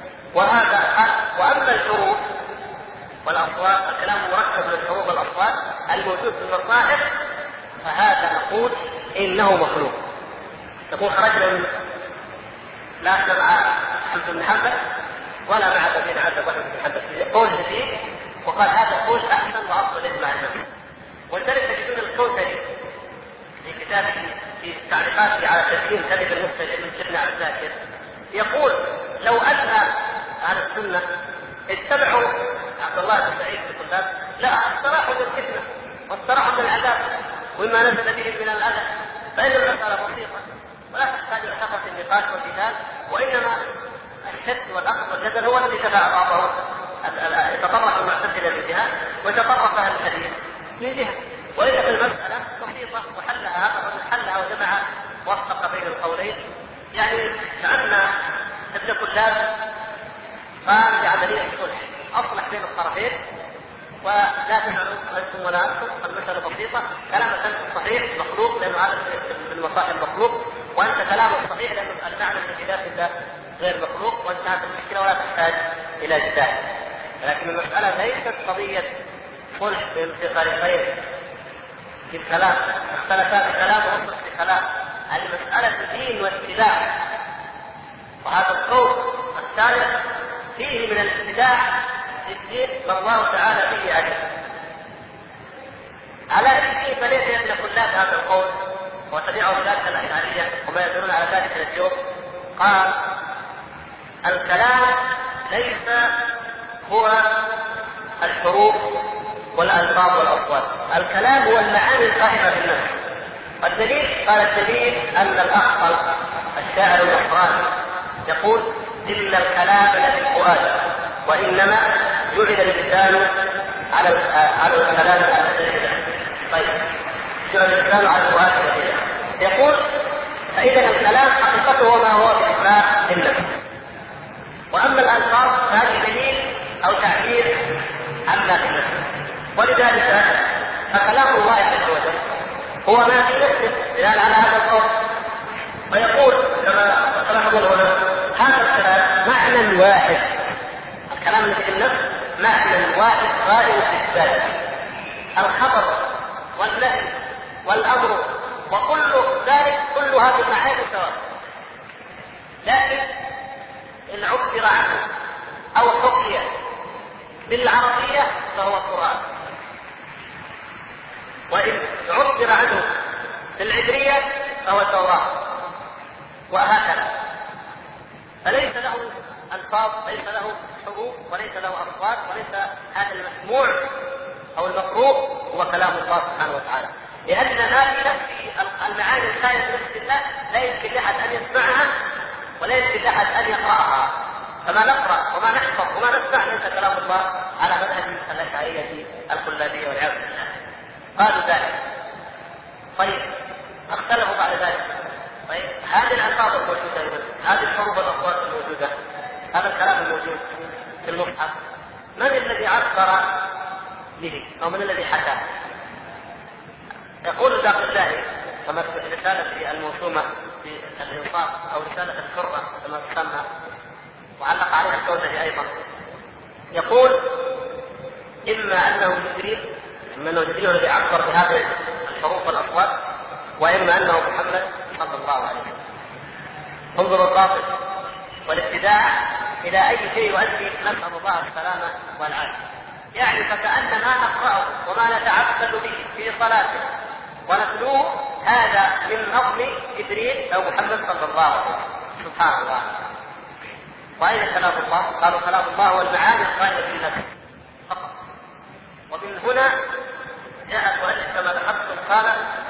وأما الحروف والأصوات، الكلام مركب من الحروف والأصوات الموجود في المصاحف، فهذا نقول إنه مخلوق. تقول خرجنا من لا مع حمد بن حنبل ولا مع ابن عبد بن حنبل، قول جديد، وقال هذا قول أحسن وأفضل يجمع الناس. ولذلك تجدون الكوثري في كتابه في تعليقاته على تسليم كلمة المستجد من سيدنا الذاكر يقول: لو أن أهل السنة اتبعوا عبد الله بن سعيد في الطلاب لا استراحوا من الفتنة واستراحوا من العذاب وما نزل به من الأذى، فإن المسألة بسيطة ولا تحتاج إلى كثرة النقاش والجدال، وإنما الشد والأخذ والجدل هو الذي دفع بعضهم يتطرق المعتزلة من جهة ويتطرق أهل الحديث من جهة. وإذا في المسألة بسيطة وحلها هذا حلها وجمع وفق بين القولين، يعني كأن ابن كلاب قام بعملية صلح أصلح بين الطرفين، ولا تفعلوا أنتم ولا أنتم، المسألة بسيطة، كلامك أنت صحيح مخلوق لأنه هذا في المصائب مخلوق، وأنت كلامك صحيح لأنه المعنى في ذات الله غير مخلوق، وانتهت المشكلة ولا تحتاج إلى جدال. لكن المسألة ليست قضية صلح في طريقين في الكلام، اختلفا في كلام ووصلت في كلام، المسألة دين واتباع. وهذا القول الثالث فيه من الابتداع في الدين ما الله تعالى به عليه. على ذلك فليس يملك الله هذا القول وتبعه ذلك الأشعرية وما يدلون على ذلك اليوم. قال: الكلام ليس هو الحروف والألفاظ والأصوات، الكلام هو المعاني القائمة في النفس. والدليل قال الدليل أن الأخطل الشاعر النصراني يقول: إن الكلام للفؤاد وإنما جعل اللسان على الكلام على الدليل. طيب، جعل اللسان على الفؤاد والدليل. يقول: فإذا الكلام حقيقته ما هو بإسماء النفس، وأما الألفاظ فهذه دليل أو تعبير عما في النفس. ولذلك فكلام الله عز وجل هو ما في نفسه بناء على هذا القول. ويقول كما لاحظ العلماء: هذا الكلام معنى واحد، الكلام الذي في النفس معنى واحد قائم في الذات، الخبر والنهي والأمر وكل ذلك، كل هذه المعاني سواء. لكن إن عبر عنه أو حكي بالعربية فهو القرآن، وإن عبر عنه بالعبرية فهو التوراة، وهكذا. فليس له ألفاظ، ليس له حروف، وليس له أصوات، وليس هذا المسموع أو المقروء هو كلام الله سبحانه وتعالى، لأن ما في نفس المعاني الخالية في نفس الله لا يمكن لأحد أن يسمعها ولا يمكن لأحد أن يقرأها. فما نقرأ وما نحفظ وما نسمع ليس كلام الله على منهج الأشعرية الخلابية والعياذ بالله. قالوا ذلك. طيب، اختلفوا بعد ذلك. طيب، هذه الألفاظ الموجودة، هذه الحروف والأصوات الموجودة، هذا الكلام الموجود في المصحف، من الذي عبر به أو من الذي حكى؟ يقول داخل الله كما في رسالة الموسومة في الإنصاف أو رسالة الحرة كما تسمى، وعلق عليها الكوثري أيضا، يقول: إما أنه جبريل، إما أنه جبريل الذي عبر بهذه الحروف والأصوات، وإما أنه محمد صلى الله عليه وسلم. انظروا الباطل والابتداع إلى أي شيء يؤدي، نسأل الله السلامة والعافية. يعني فكأن ما نقرأه وما نتعبد به في صلاته ونتلوه هذا من نظم جبريل أو محمد صلى الله عليه وسلم. سبحان الله. وأين كلام الله؟ قالوا كلام الله والمعاني القائمة في النفس فقط. ومن هنا جاء المؤلف كما ذكرتم قال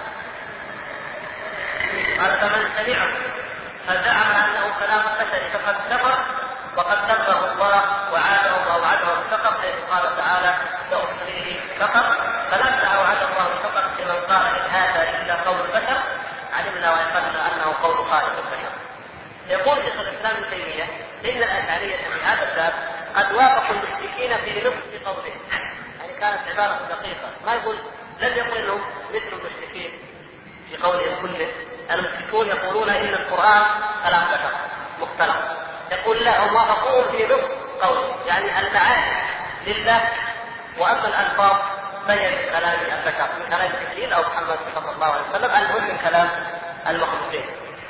فمن سمعه فزعم أنه كلام بشري فقد كفر وقد كفره الله وعاده وأوعده بالسقط، حيث قال تعالى سأصليه سقط. فلما أوعد الله السقط لمن قال إن هذا إلا قول البشر علمنا ويقلنا أنه قول خالق البشر. يقول شيخ الإسلام ابن تيمية إن الأشعرية في هذا الباب قد وافقوا المشركين في نصف قوله، يعني كانت عبارة دقيقة، ما يقول لم يقل إنهم مثل المشركين في قولهم كله. المشركون يقولون إن القرآن كلام بشر مختلف، يقول لا، هم وافقوهم في نصف قوله، يعني المعاني لله وأما الألفاظ فهي كلام البشر، من كلام جبريل أو محمد صلى الله عليه وسلم، المهم من كلام المخلوقين.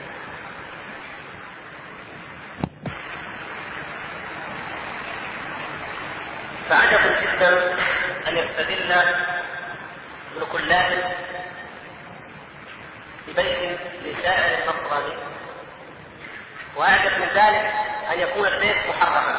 فعجب جدا أن يستدل ابن كلاب ببيت لشاعر نصراني، وأعجب من ذلك أن يكون البيت محرفا،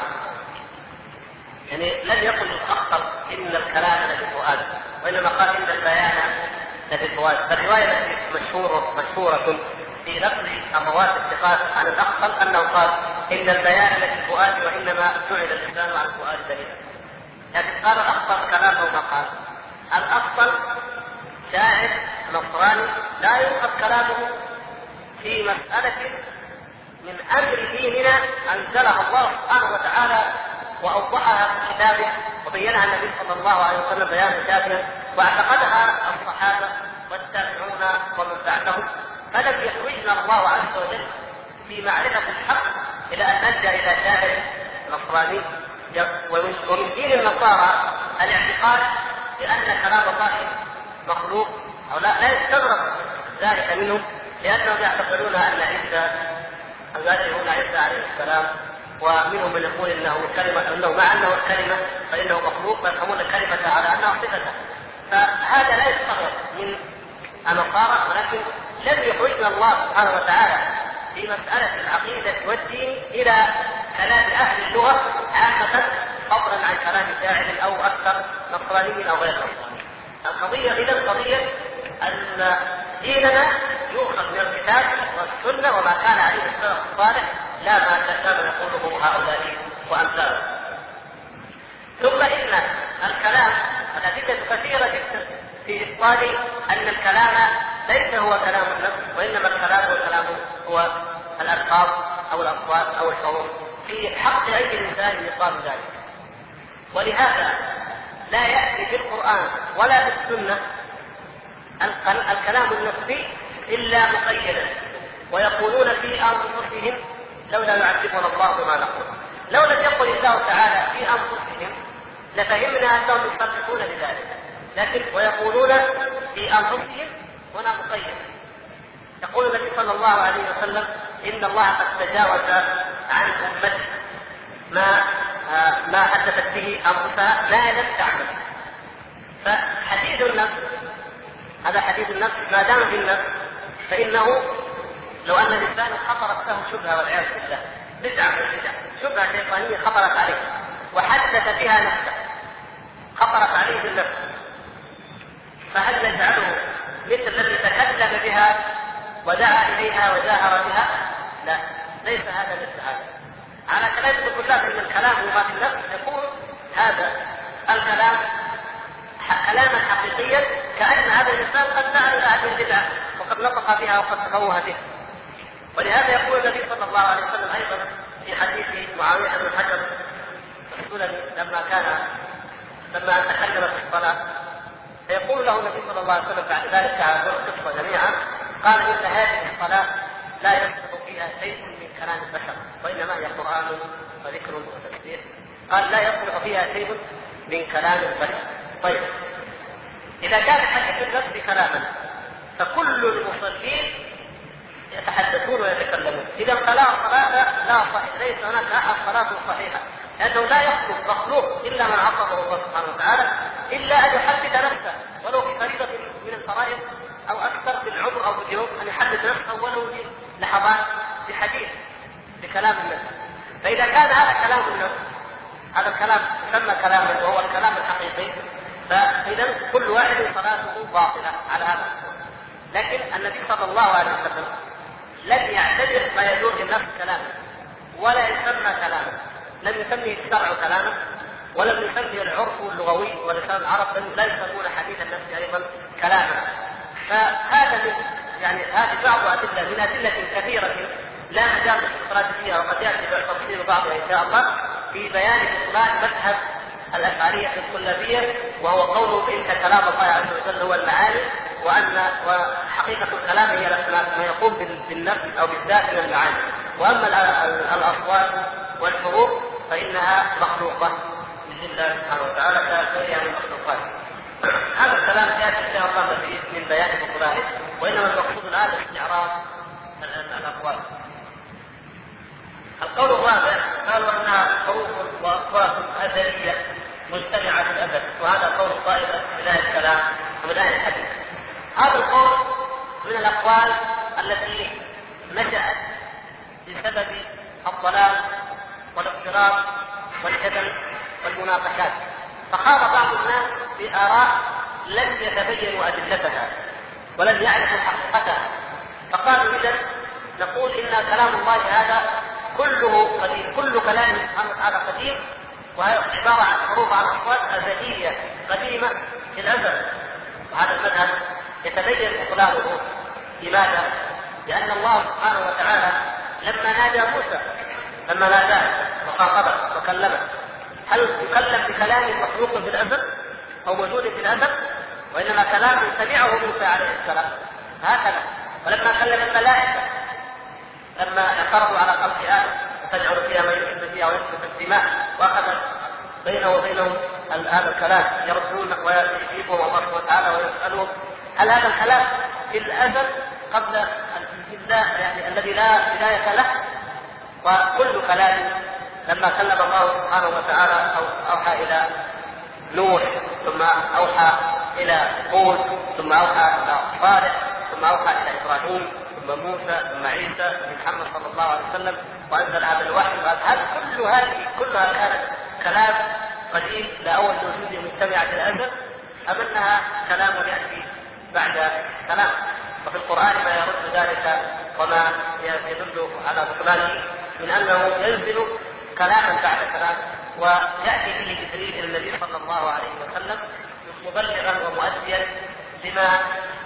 يعني لم يقل الأخطر إن الكلام لفي الفؤاد، وإنما قال إن البيان لفي الفؤاد. فالرواية التي مشهورة في نقل أموات الثقات عن الأخطر أنه قال إن البيان لفي الفؤاد وإنما جعل اللسان عن الفؤاد دليلا. لكن قال الأخطر كلامه ما قال. الأخطر شاعر نصراني لا يؤخذ كلامه في مسألة من أمر ديننا أنزلها الله سبحانه وتعالى وأوضحها في كتابه وبينها النبي صلى الله عليه وسلم بيانا شافيا، واعتقدها الصحابة والتابعون ومن بعدهم، فلم يحوجنا الله عز وجل في معرفة الحق إلى أن نلجأ إلى شاعر نصراني. ومن دين النصارى الاعتقاد بأن كلام الله مخلوق أو لا يستغرب ذلك منهم، لأنهم يعتقدون أن عيسى يقولون عيسى عليه السلام، ومنهم من يقول إنه كلمة، مع أنه الكلمة فإنه مخلوق، ويفهمون الكلمة على أنها صفة. فهذا لا يستغرب من النصارى، ولكن لم يحوجنا الله سبحانه وتعالى في مسألة العقيدة والدين إلى كلام أهل اللغة عامة، فضلا عن كلام شاعر أو أكثر نصراني أو غير نصراني. القضية إذا قضية أن ديننا يؤخذ من الكتاب والسنة وما كان عليه السلف الصالح، لا ما كان يقوله هؤلاء وأمثالهم. ثم إن الكلام الأدلة كثيرة جدا في إبطال أن الكلام ليس هو كلام النفس، وإنما الكلام هو الألفاظ أو الأصوات أو الحروف، في حق أي إنسان يقال ذلك. ولهذا لا يأتي في القرآن ولا في السنة الكلام النفسي إلا مقيدا، ويقولون في أنفسهم لولا يعذبنا الله بما نقول. لو لم يقل الله تعالى في أنفسهم لفهمنا أنهم يصدقون بذلك، لكن ويقولون في أنفسهم هنا مقيد. يقول النبي صلى الله عليه وسلم إن الله قد تجاوز عن أمتي ما حدثت به أنفسها لا لم تعمل. فحديث النفس هذا حديث النفس ما دام في النفس، فإنه لو أن الإنسان خطرت له شبهة والعياذ بالله بدعة من البدع، شبهة شيطانية خطرت عليه وحدث بها نفسه، خطرت عليه بالنفس، فهل نجعله مثل الذي تكلم بها ودعا إليها وجاهر بها؟ لا، ليس هذا مثل هذا. على كلام ابن كلاب ان الكلام وما في النفس يكون هذا الكلام كلاما حقيقيا، كأن هذا الإنسان قد دعا إلى هذه البدعة وقد نطق بها وقد تفوه بها. ولهذا يقول النبي صلى الله عليه وسلم أيضا في حديث معاوية بن الحجر السلمي لما تكلم في الصلاة، فيقول له النبي صلى الله عليه وسلم بعد ذلك على القصة جميعا، قال إن هذه الصلاة لا يصدق فيها شيء من كلام البشر، وإنما هي قرآن وذكر وتسبيح. قال لا يصدق فيها شيء من كلام البشر. طيب إذا كان حديث النفس كلاما فكل المصلين يتحدثون ويتكلمون. إذا فلا صلاة لا صحيح، ليس هناك أحد صلاته صحيحة، لأنه لا يخلق مخلوق إلا من عصمه الله سبحانه وتعالى، إلا أن يحدث نفسه ولو في فريضة من الفرائض أو أكثر في العمر أو في الجنوب، أن يحدث نفسه ولو لحظات بحديث بكلام النفس. فإذا كان هذا كلام النفس، هذا الكلام يسمى كلاما وهو الكلام الحقيقي، فإذا كل واحد صلاته باطلة على هذا. لكن النبي صلى الله عليه وسلم لم يعتبر ما يدور في النفس كلاما، ولا يسمى كلاما، لم يسميه الشرع كلاما، ولم يسميه العرف اللغوي ولسان العرب لا يسمون حديث النفس أيضا كلاما. فهذا يعني هذه بعض أدلة من أدلة كثيرة لا مجال للاستطراد فيها، وقد يأتي تفصيل بعضها إن شاء الله في بيان بطلان مذهب الأشعرية الكلابية، وهو قوله إن كلام الله عز وجل هو المعاني، وحقيقة الكلام هي ما يقوم بالنفس أو بالذات من المعاني، وأما الأصوات والحروف فإنها مخلوقة من الله سبحانه وتعالى كغيرها من المخلوقات. هذا الكلام يأتي إن شاء الله من بيان بطلانه، وإنما المقصود الآن استعراض الأقوال. القول الرابع قالوا أنها حروف وأصوات أزلية مجتمعة في الأبد، وهذا قول طائفة من أهل الكلام ومن أهل الحديث. هذا القول من الأقوال التي نشأت بسبب الضلال والاضطراب والجدل والمناقشات، فخاض بعض الناس بآراء لم يتبينوا أدلتها ولم يعرفوا حقيقتها، فقالوا إذن نقول إن كلام الله هذا كله قديم، كل كلام سبحانه وتعالى قديم، وهي عبارة عن حروف عن أصوات أزلية قديمة في الأزل. وهذا المذهب يتبين بطلانه. لماذا؟ لأن الله سبحانه وتعالى لما نادى موسى، لما ناداه وخاطبه وكلمه، هل يكلم بكلام مخلوق في الأزل أو موجود في الأزل؟ وإنما كلام سمعه موسى عليه السلام هكذا. ولما كلم الملائكة لما اعترضوا على خلق آدم وتجعل فيها من يحب فيها ويسفك الدماء، وأخذ بينه وبينهم هذا الكلام يردون ويجيبهم الله سبحانه وتعالى ويسألهم هل هذا الكلام في الأزل قبل الابتداء يعني الذي لا بداية له؟ وكل كلام لما كلم الله سبحانه وتعالى أو أوحى إلى نوح، ثم أوحى إلى هود، ثم أوحى إلى صالح، ثم أوحى إلى إبراهيم، ثم موسى، ثم عيسى، ثم محمد صلى الله عليه وسلم، وأنزل هذا الوحي. كلها كانت كلام قديم لا أول وجود مجتمعة في الأزل، أم أنها كلام يأتي بعد كلام؟ وفي القرآن ما يرد ذلك وما يدل على بطلانه من أنه ينزل كلاما بعد كلام، ويأتي به جبريل إلى النبي صلى الله عليه وسلم مبلغا ومؤديا لما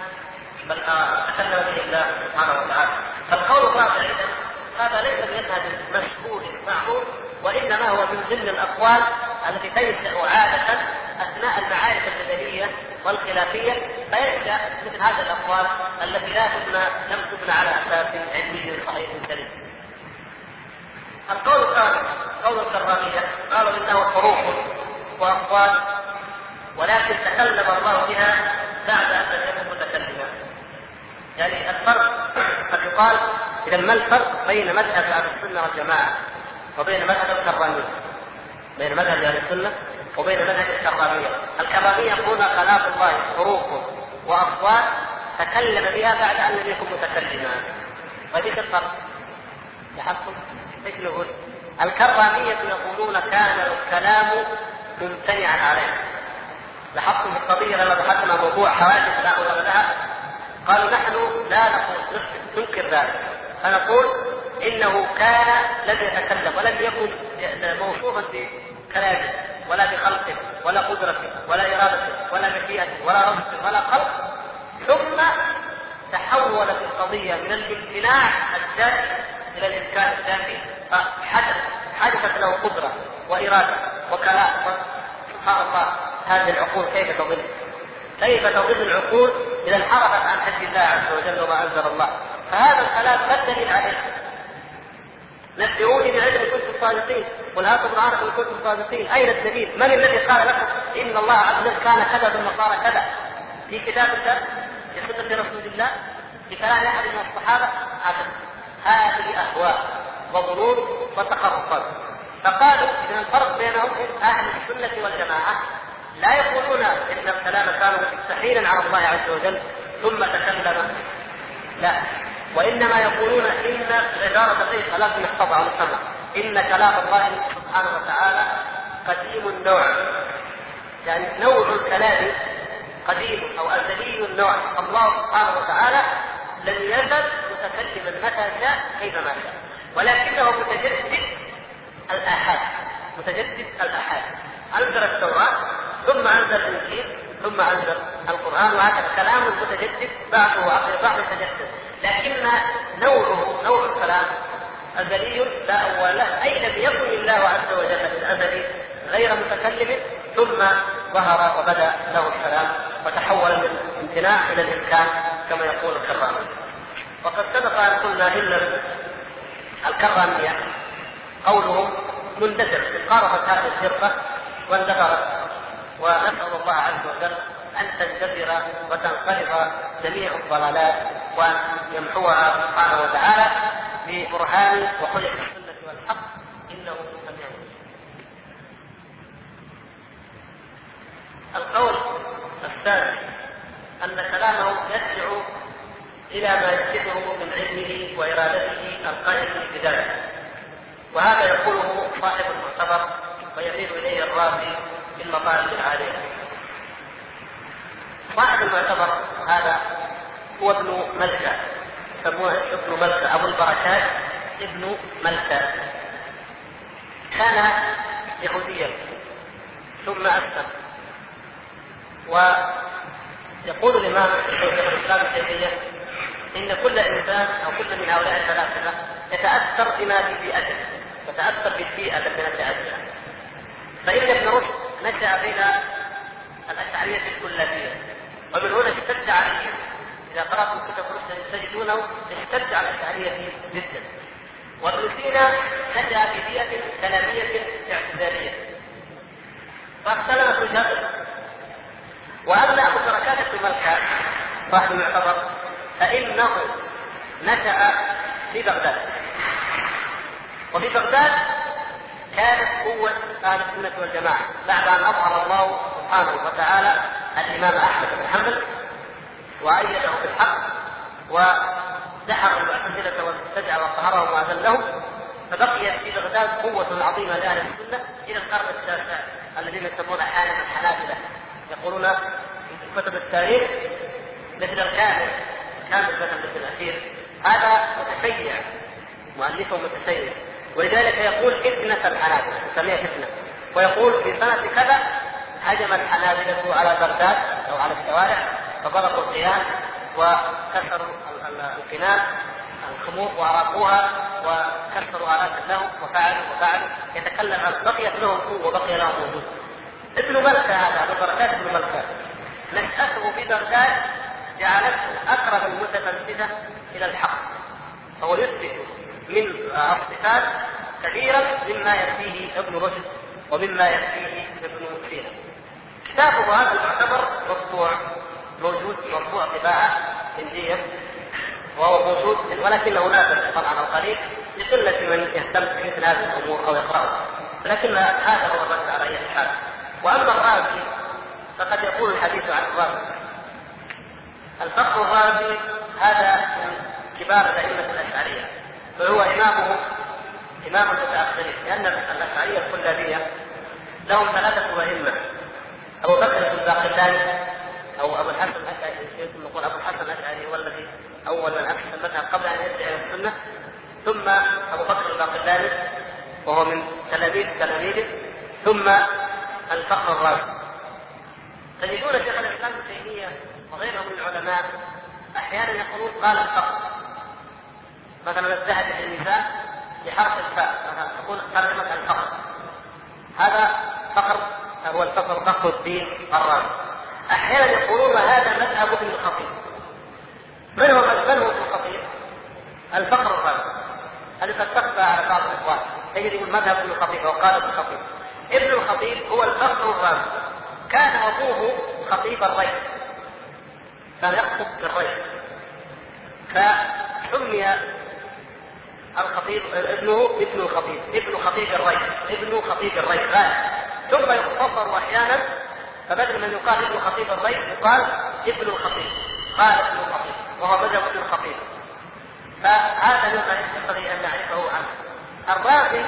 تكلم به الله سبحانه وتعالى. فالقول الرابع هذا ليس بمذهب مشهور معروف، وإنما هو من ضمن الأقوال التي تنشأ عادة أثناء المعارك الجدلية والخلافية، فينشأ مثل هذه الأقوال التي لم تبنى على أساس علمي صحيح سليم. القول الثالث قول الكرامية، قالوا إنه حروف وأصوات ولكن تكلم الله بها بعد أن لم يكن متكلما. يعني الفرق قد يقال إذا ما الفرق بين مذهب أهل السنة والجماعة وبين مذهب الكرامية؟ بين مذهب أهل السنة وبين مذهب الكرامية. الكرامية يقولون كلام الله حروف وأصوات تكلم بها بعد أن لم يكن متكلما. وذيك الفرق لاحظتم ايش نقول؟ الكرامية يقولون كان الكلام ممتنعا عليه. لاحظتم في القضية لما بحثنا موضوع حوادث لا أول لها، قالوا نحن لا نقول ننكر ذلك، فنقول إنه كان لم يتكلم ولم يكن موصوفا بكلامه ولا بخلقه ولا قدرته ولا إرادته ولا مشيئته ولا رزقه ولا خلق، ثم تحولت القضية من الامتناع الذاتي إلى الإمكان الذاتي، فحدثت له قدرة وإرادة وكلام. سبحان الله، هذه العقول كيف تضل؟ كيف تضل العقول إذا انحرفت عن حد الله عز وجل وما أنزل الله؟ فهذا الكلام لا دليل عليه. نبئوني بعلم إن كنتم صادقين، قل هاتوا برهانكم إن كنتم صادقين. أين الدليل؟ من الذي قال لكم إن الله عز وجل كان كذا ثم صار كذا في كتاب الله؟ في سنة رسول الله بكلام أحد من الصحابة أبدا. هذه أهواء وظنون وتخرصات. فقالوا إن الفرق بينهم أهل السنة والجماعة لا يقولون إن الكلام كان مستحيلا على الله عز وجل ثم تكلم، لا، وإنما يقولون إن عبارة غير لازم نحفظها ونفهمها، إن كلام الله سبحانه وتعالى قديم النوع، يعني نوع الكلام قديم أو أزلي النوع. الله سبحانه وتعالى لم يزل متكلما متى شاء كيفما شاء، ولكنه متجدد الآحاد، متجدد الآحاد. أنزل التوراة ثم أنزل الإنجيل ثم أنزل القرآن، وهكذا كلام متجدد بعضه عقل بعض يتجدد، لكن نوعه نوع الكلام أزلي لا أول له، أي لم يكن الله عز وجل بالأزل غير متكلم ثم ظهر وبدأ له الكلام وتحول من الامتناع إلى الإمكان كما يقول الكرامي. وقد سبق أن قلنا إن الكرامية قولهم مندثر، قاربت هذه الفرقة واندثرت، ونسأل الله عز وجل أن تندثر وتنقرض جميع الضلالات وأن يمحوها سبحانه وتعالى ببرهان وحجة السنة والحق، إنه سميع. القول الثاني أن كلامه يرجع إلى ما يثبته من علمه وإرادته القائم بذلك، وهذا يقوله صاحب المعتبر ويميل إليه الرازي في المطالب العالية. صاحب المعتبر هذا هو ابن ملكة، يسموه ابن ملكة، أبو البركات ابن ملكة. كان يهوديا ثم أسلم، ويقول الإمام شيخ الإسلام ابن تيمية إن كل إنسان أو كل من هؤلاء الثلاثة يتأثر بما في بيئته، يتأثر بالبيئة التي نشأ فيها. فإن ابن رشد نشأ بين الأشعرية الكلابية، ومن هنا اشتد عليهم. إذا قرأتم كتب رشد تجدونه اشتد على الأشعرية جدا. وابن سينا نشأ في بيئة كلامية اعتزالية، فاختلفت وجهته. وأما أبو بركات بن ملكة صاحب المعتبر فإنه نشأ في بغداد، وفي بغداد كانت قوة أهل السنة والجماعة بعد أن أظهر الله سبحانه وتعالى الإمام أحمد بن حنبل وأيده بالحق ودحر المعتزلة والمبتدعة وقهرهم وأذلهم، فبقيت في بغداد قوة عظيمة لأهل السنة إلى القرن التاسع الذين يسمون أحيانا الحنابلة. يقولون في كتب التاريخ مثل الكامل مثل الأخير هذا متشيع، مؤلفه متشيع، ولذلك يقول فتنة الحنابلة، يسميها فتنة، ويقول في سنة كذا هجم الحنابلة على بغداد أو على الشوارع فضربوا القيام وكسروا القناة الخمور وأراقوها وكسروا آلات لهم وفعلوا يتكلم عن بقيت لهم قوة وبقي لهم وجود. ابن ملكة هذا أبو بركات ابن ملكة نشأته في بغداد جعلته أقرب المتفلسفة إلى الحق، فهو يثبت من الصفات كثيرا مما يأتيه ابن رشد ومما يأتيه ابن سينا. كتابه هذا المعتبر مطبوع موجود، مطبوع طباعة هندية وهو موجود، ولكنه نادر طبعا القليل لقلة من يهتم بمثل هذه الأمور أو يقرأه، لكن هذا هو الرد على أي حال. وأما الرازي فقد يقول الحديث عن الرازي. الفقه الرازي هذا من كبار الأئمة الأشعرية، فهو إمام المتأخرين، لأن الأشعرية الكلابية لهم ثلاثة أئمة: أبو بكر الباقلاني أو أبو الحسن الأشعري، يمكن نقول أبو الحسن الأشعري هو الذي أول من أسس المذهب قبل أن يرجع إلى السنة، ثم أبو بكر الباقلاني وهو من تلاميذه، ثم الفقه الرازي. تجدون شيخ الإسلام ابن تيمية وغيره من العلماء أحيانا يقولون قال الفقه، مثلا الذهبي في الميزان بحرف الفاء تقول ترجمة الفقه، هذا فقر هو فقه الدين الرازي. أحيانا يقولون هذا مذهب ابن الخطيب. من هو ابن الخطيب؟ الفقر الرازي. هذا قد تخفى على بعض الإخوان، تجد يقول مذهب ابن الخطيب وقال ابن الخطيب. ابن الخطيب هو الفقر الرازي، كان أبوه خطيب الري، كان يخطب بالري، فسمي الخطيب ابن الخطيب، ابن خطيب الري، ابن خطيب الري غالب، ثم يختصر احيانا، فبدل من يقال ابن خطيب الري يقال ابن الخطيب، قال ابن الخطيب، وهو مذهب ابن الخطيب. فهذا مما ينبغي ان نعرفه عنه. الرازي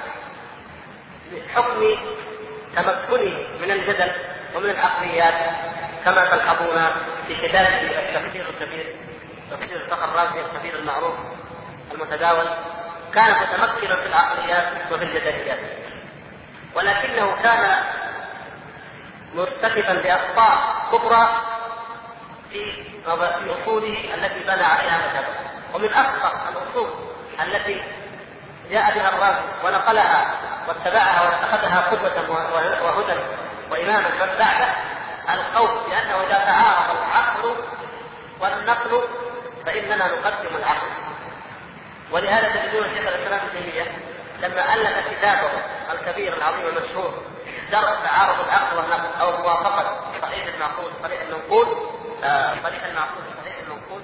بحكم تمكنه من الجدل ومن العقليات كما تلحظون في كتابه التفسير الكبير، تفسير الفخر الرازي الكبير المعروف المتداول، كان متمكنا في العقليات وفي الجدليات، ولكنه كان مرتكبا باخطاء كبرى في اصوله التي بنى عليها مذهبه. ومن اخطر الاصول التي جاء بها الرازي ونقلها واتبعها واتخذها قدوة وهدى وإماما من بعده القول بأنه إذا تعارض العقل والنقل فإننا نقدم العقل. ولهذا تجدون شيخ الإسلام ابن تيمية لما ألف كتابه الكبير العظيم المشهور درء تعارض العقل والنقل أو موافقة صحيح المعقول صحيح المنقول، صحيح المعقول صحيح المنقول،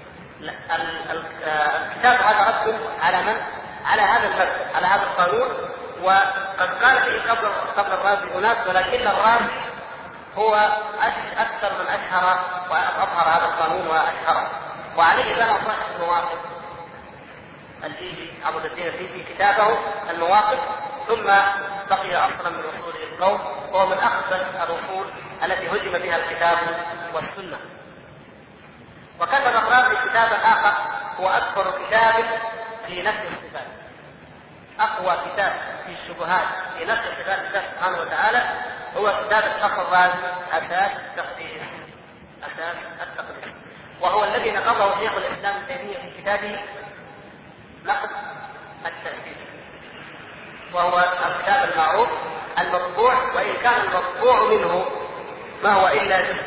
الكتاب هذا رد على من؟ على هذا المذهب، على هذا القانون. وقد قال فيه قبل الرازي أناس، ولكن الرازي هو أكثر من أشهر وأظهر هذا القانون وأشهره، وعليه بنى صاحب المواقف الجيبي عبد الدين الجيبي كتابه المواقف، ثم بقي أصلا من أصول القوم، وهو من أخبث الأصول التي هجم بها الكتاب والسنة. وكتب الرازي كتابا آخر هو أكبر كتاب في نفي الصفات، أقوى كتاب في الشبهات في نفي صفات الله سبحانه وتعالى، هو كتاب الفخر الرازي أساس التقدير، أساس التقدير، وهو الذي نقضه شيخ الإسلام ابن تيمية في كتابه نقد التأثير، وهو الكتاب المعروف المطبوع، وإن كان المطبوع منه ما هو إلا جزء.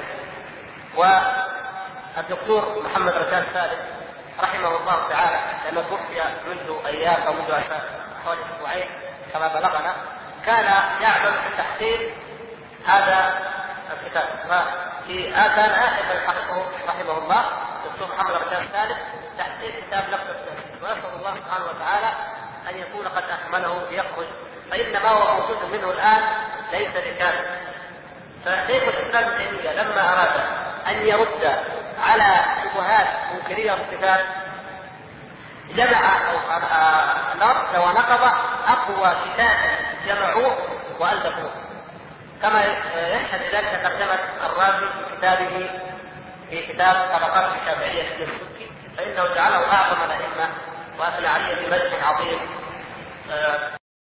والدكتور محمد رشاد ثالث رحمه الله تعالى لما توفي منذ أيام أو منذ حوالي أسبوعين كما بلغنا، كان يعمل في تحقيق هذا الكتاب، كان آخر من حققه رحمه الله الدكتور محمد رشاد ثالث تحقيق كتاب نقد التأثير، ونسأل الله سبحانه وتعالى أن يكون قد أكمله ليخرج، فإن ما هو موجود منه الآن ليس بكامل. فشيخ الإسلام ابن تيمية لما أراد أن يرد على شبهات منكرية الصفات جمع نرد ونقض أقوى كتاب جمعوه وألفوه، كما يشهد ذلك ترجمة الرازي في كتابه في كتاب طبقات الشافعية في السبكي، فإنه جعله أعظم الأئمة وأثنى عليه بمجد عظيم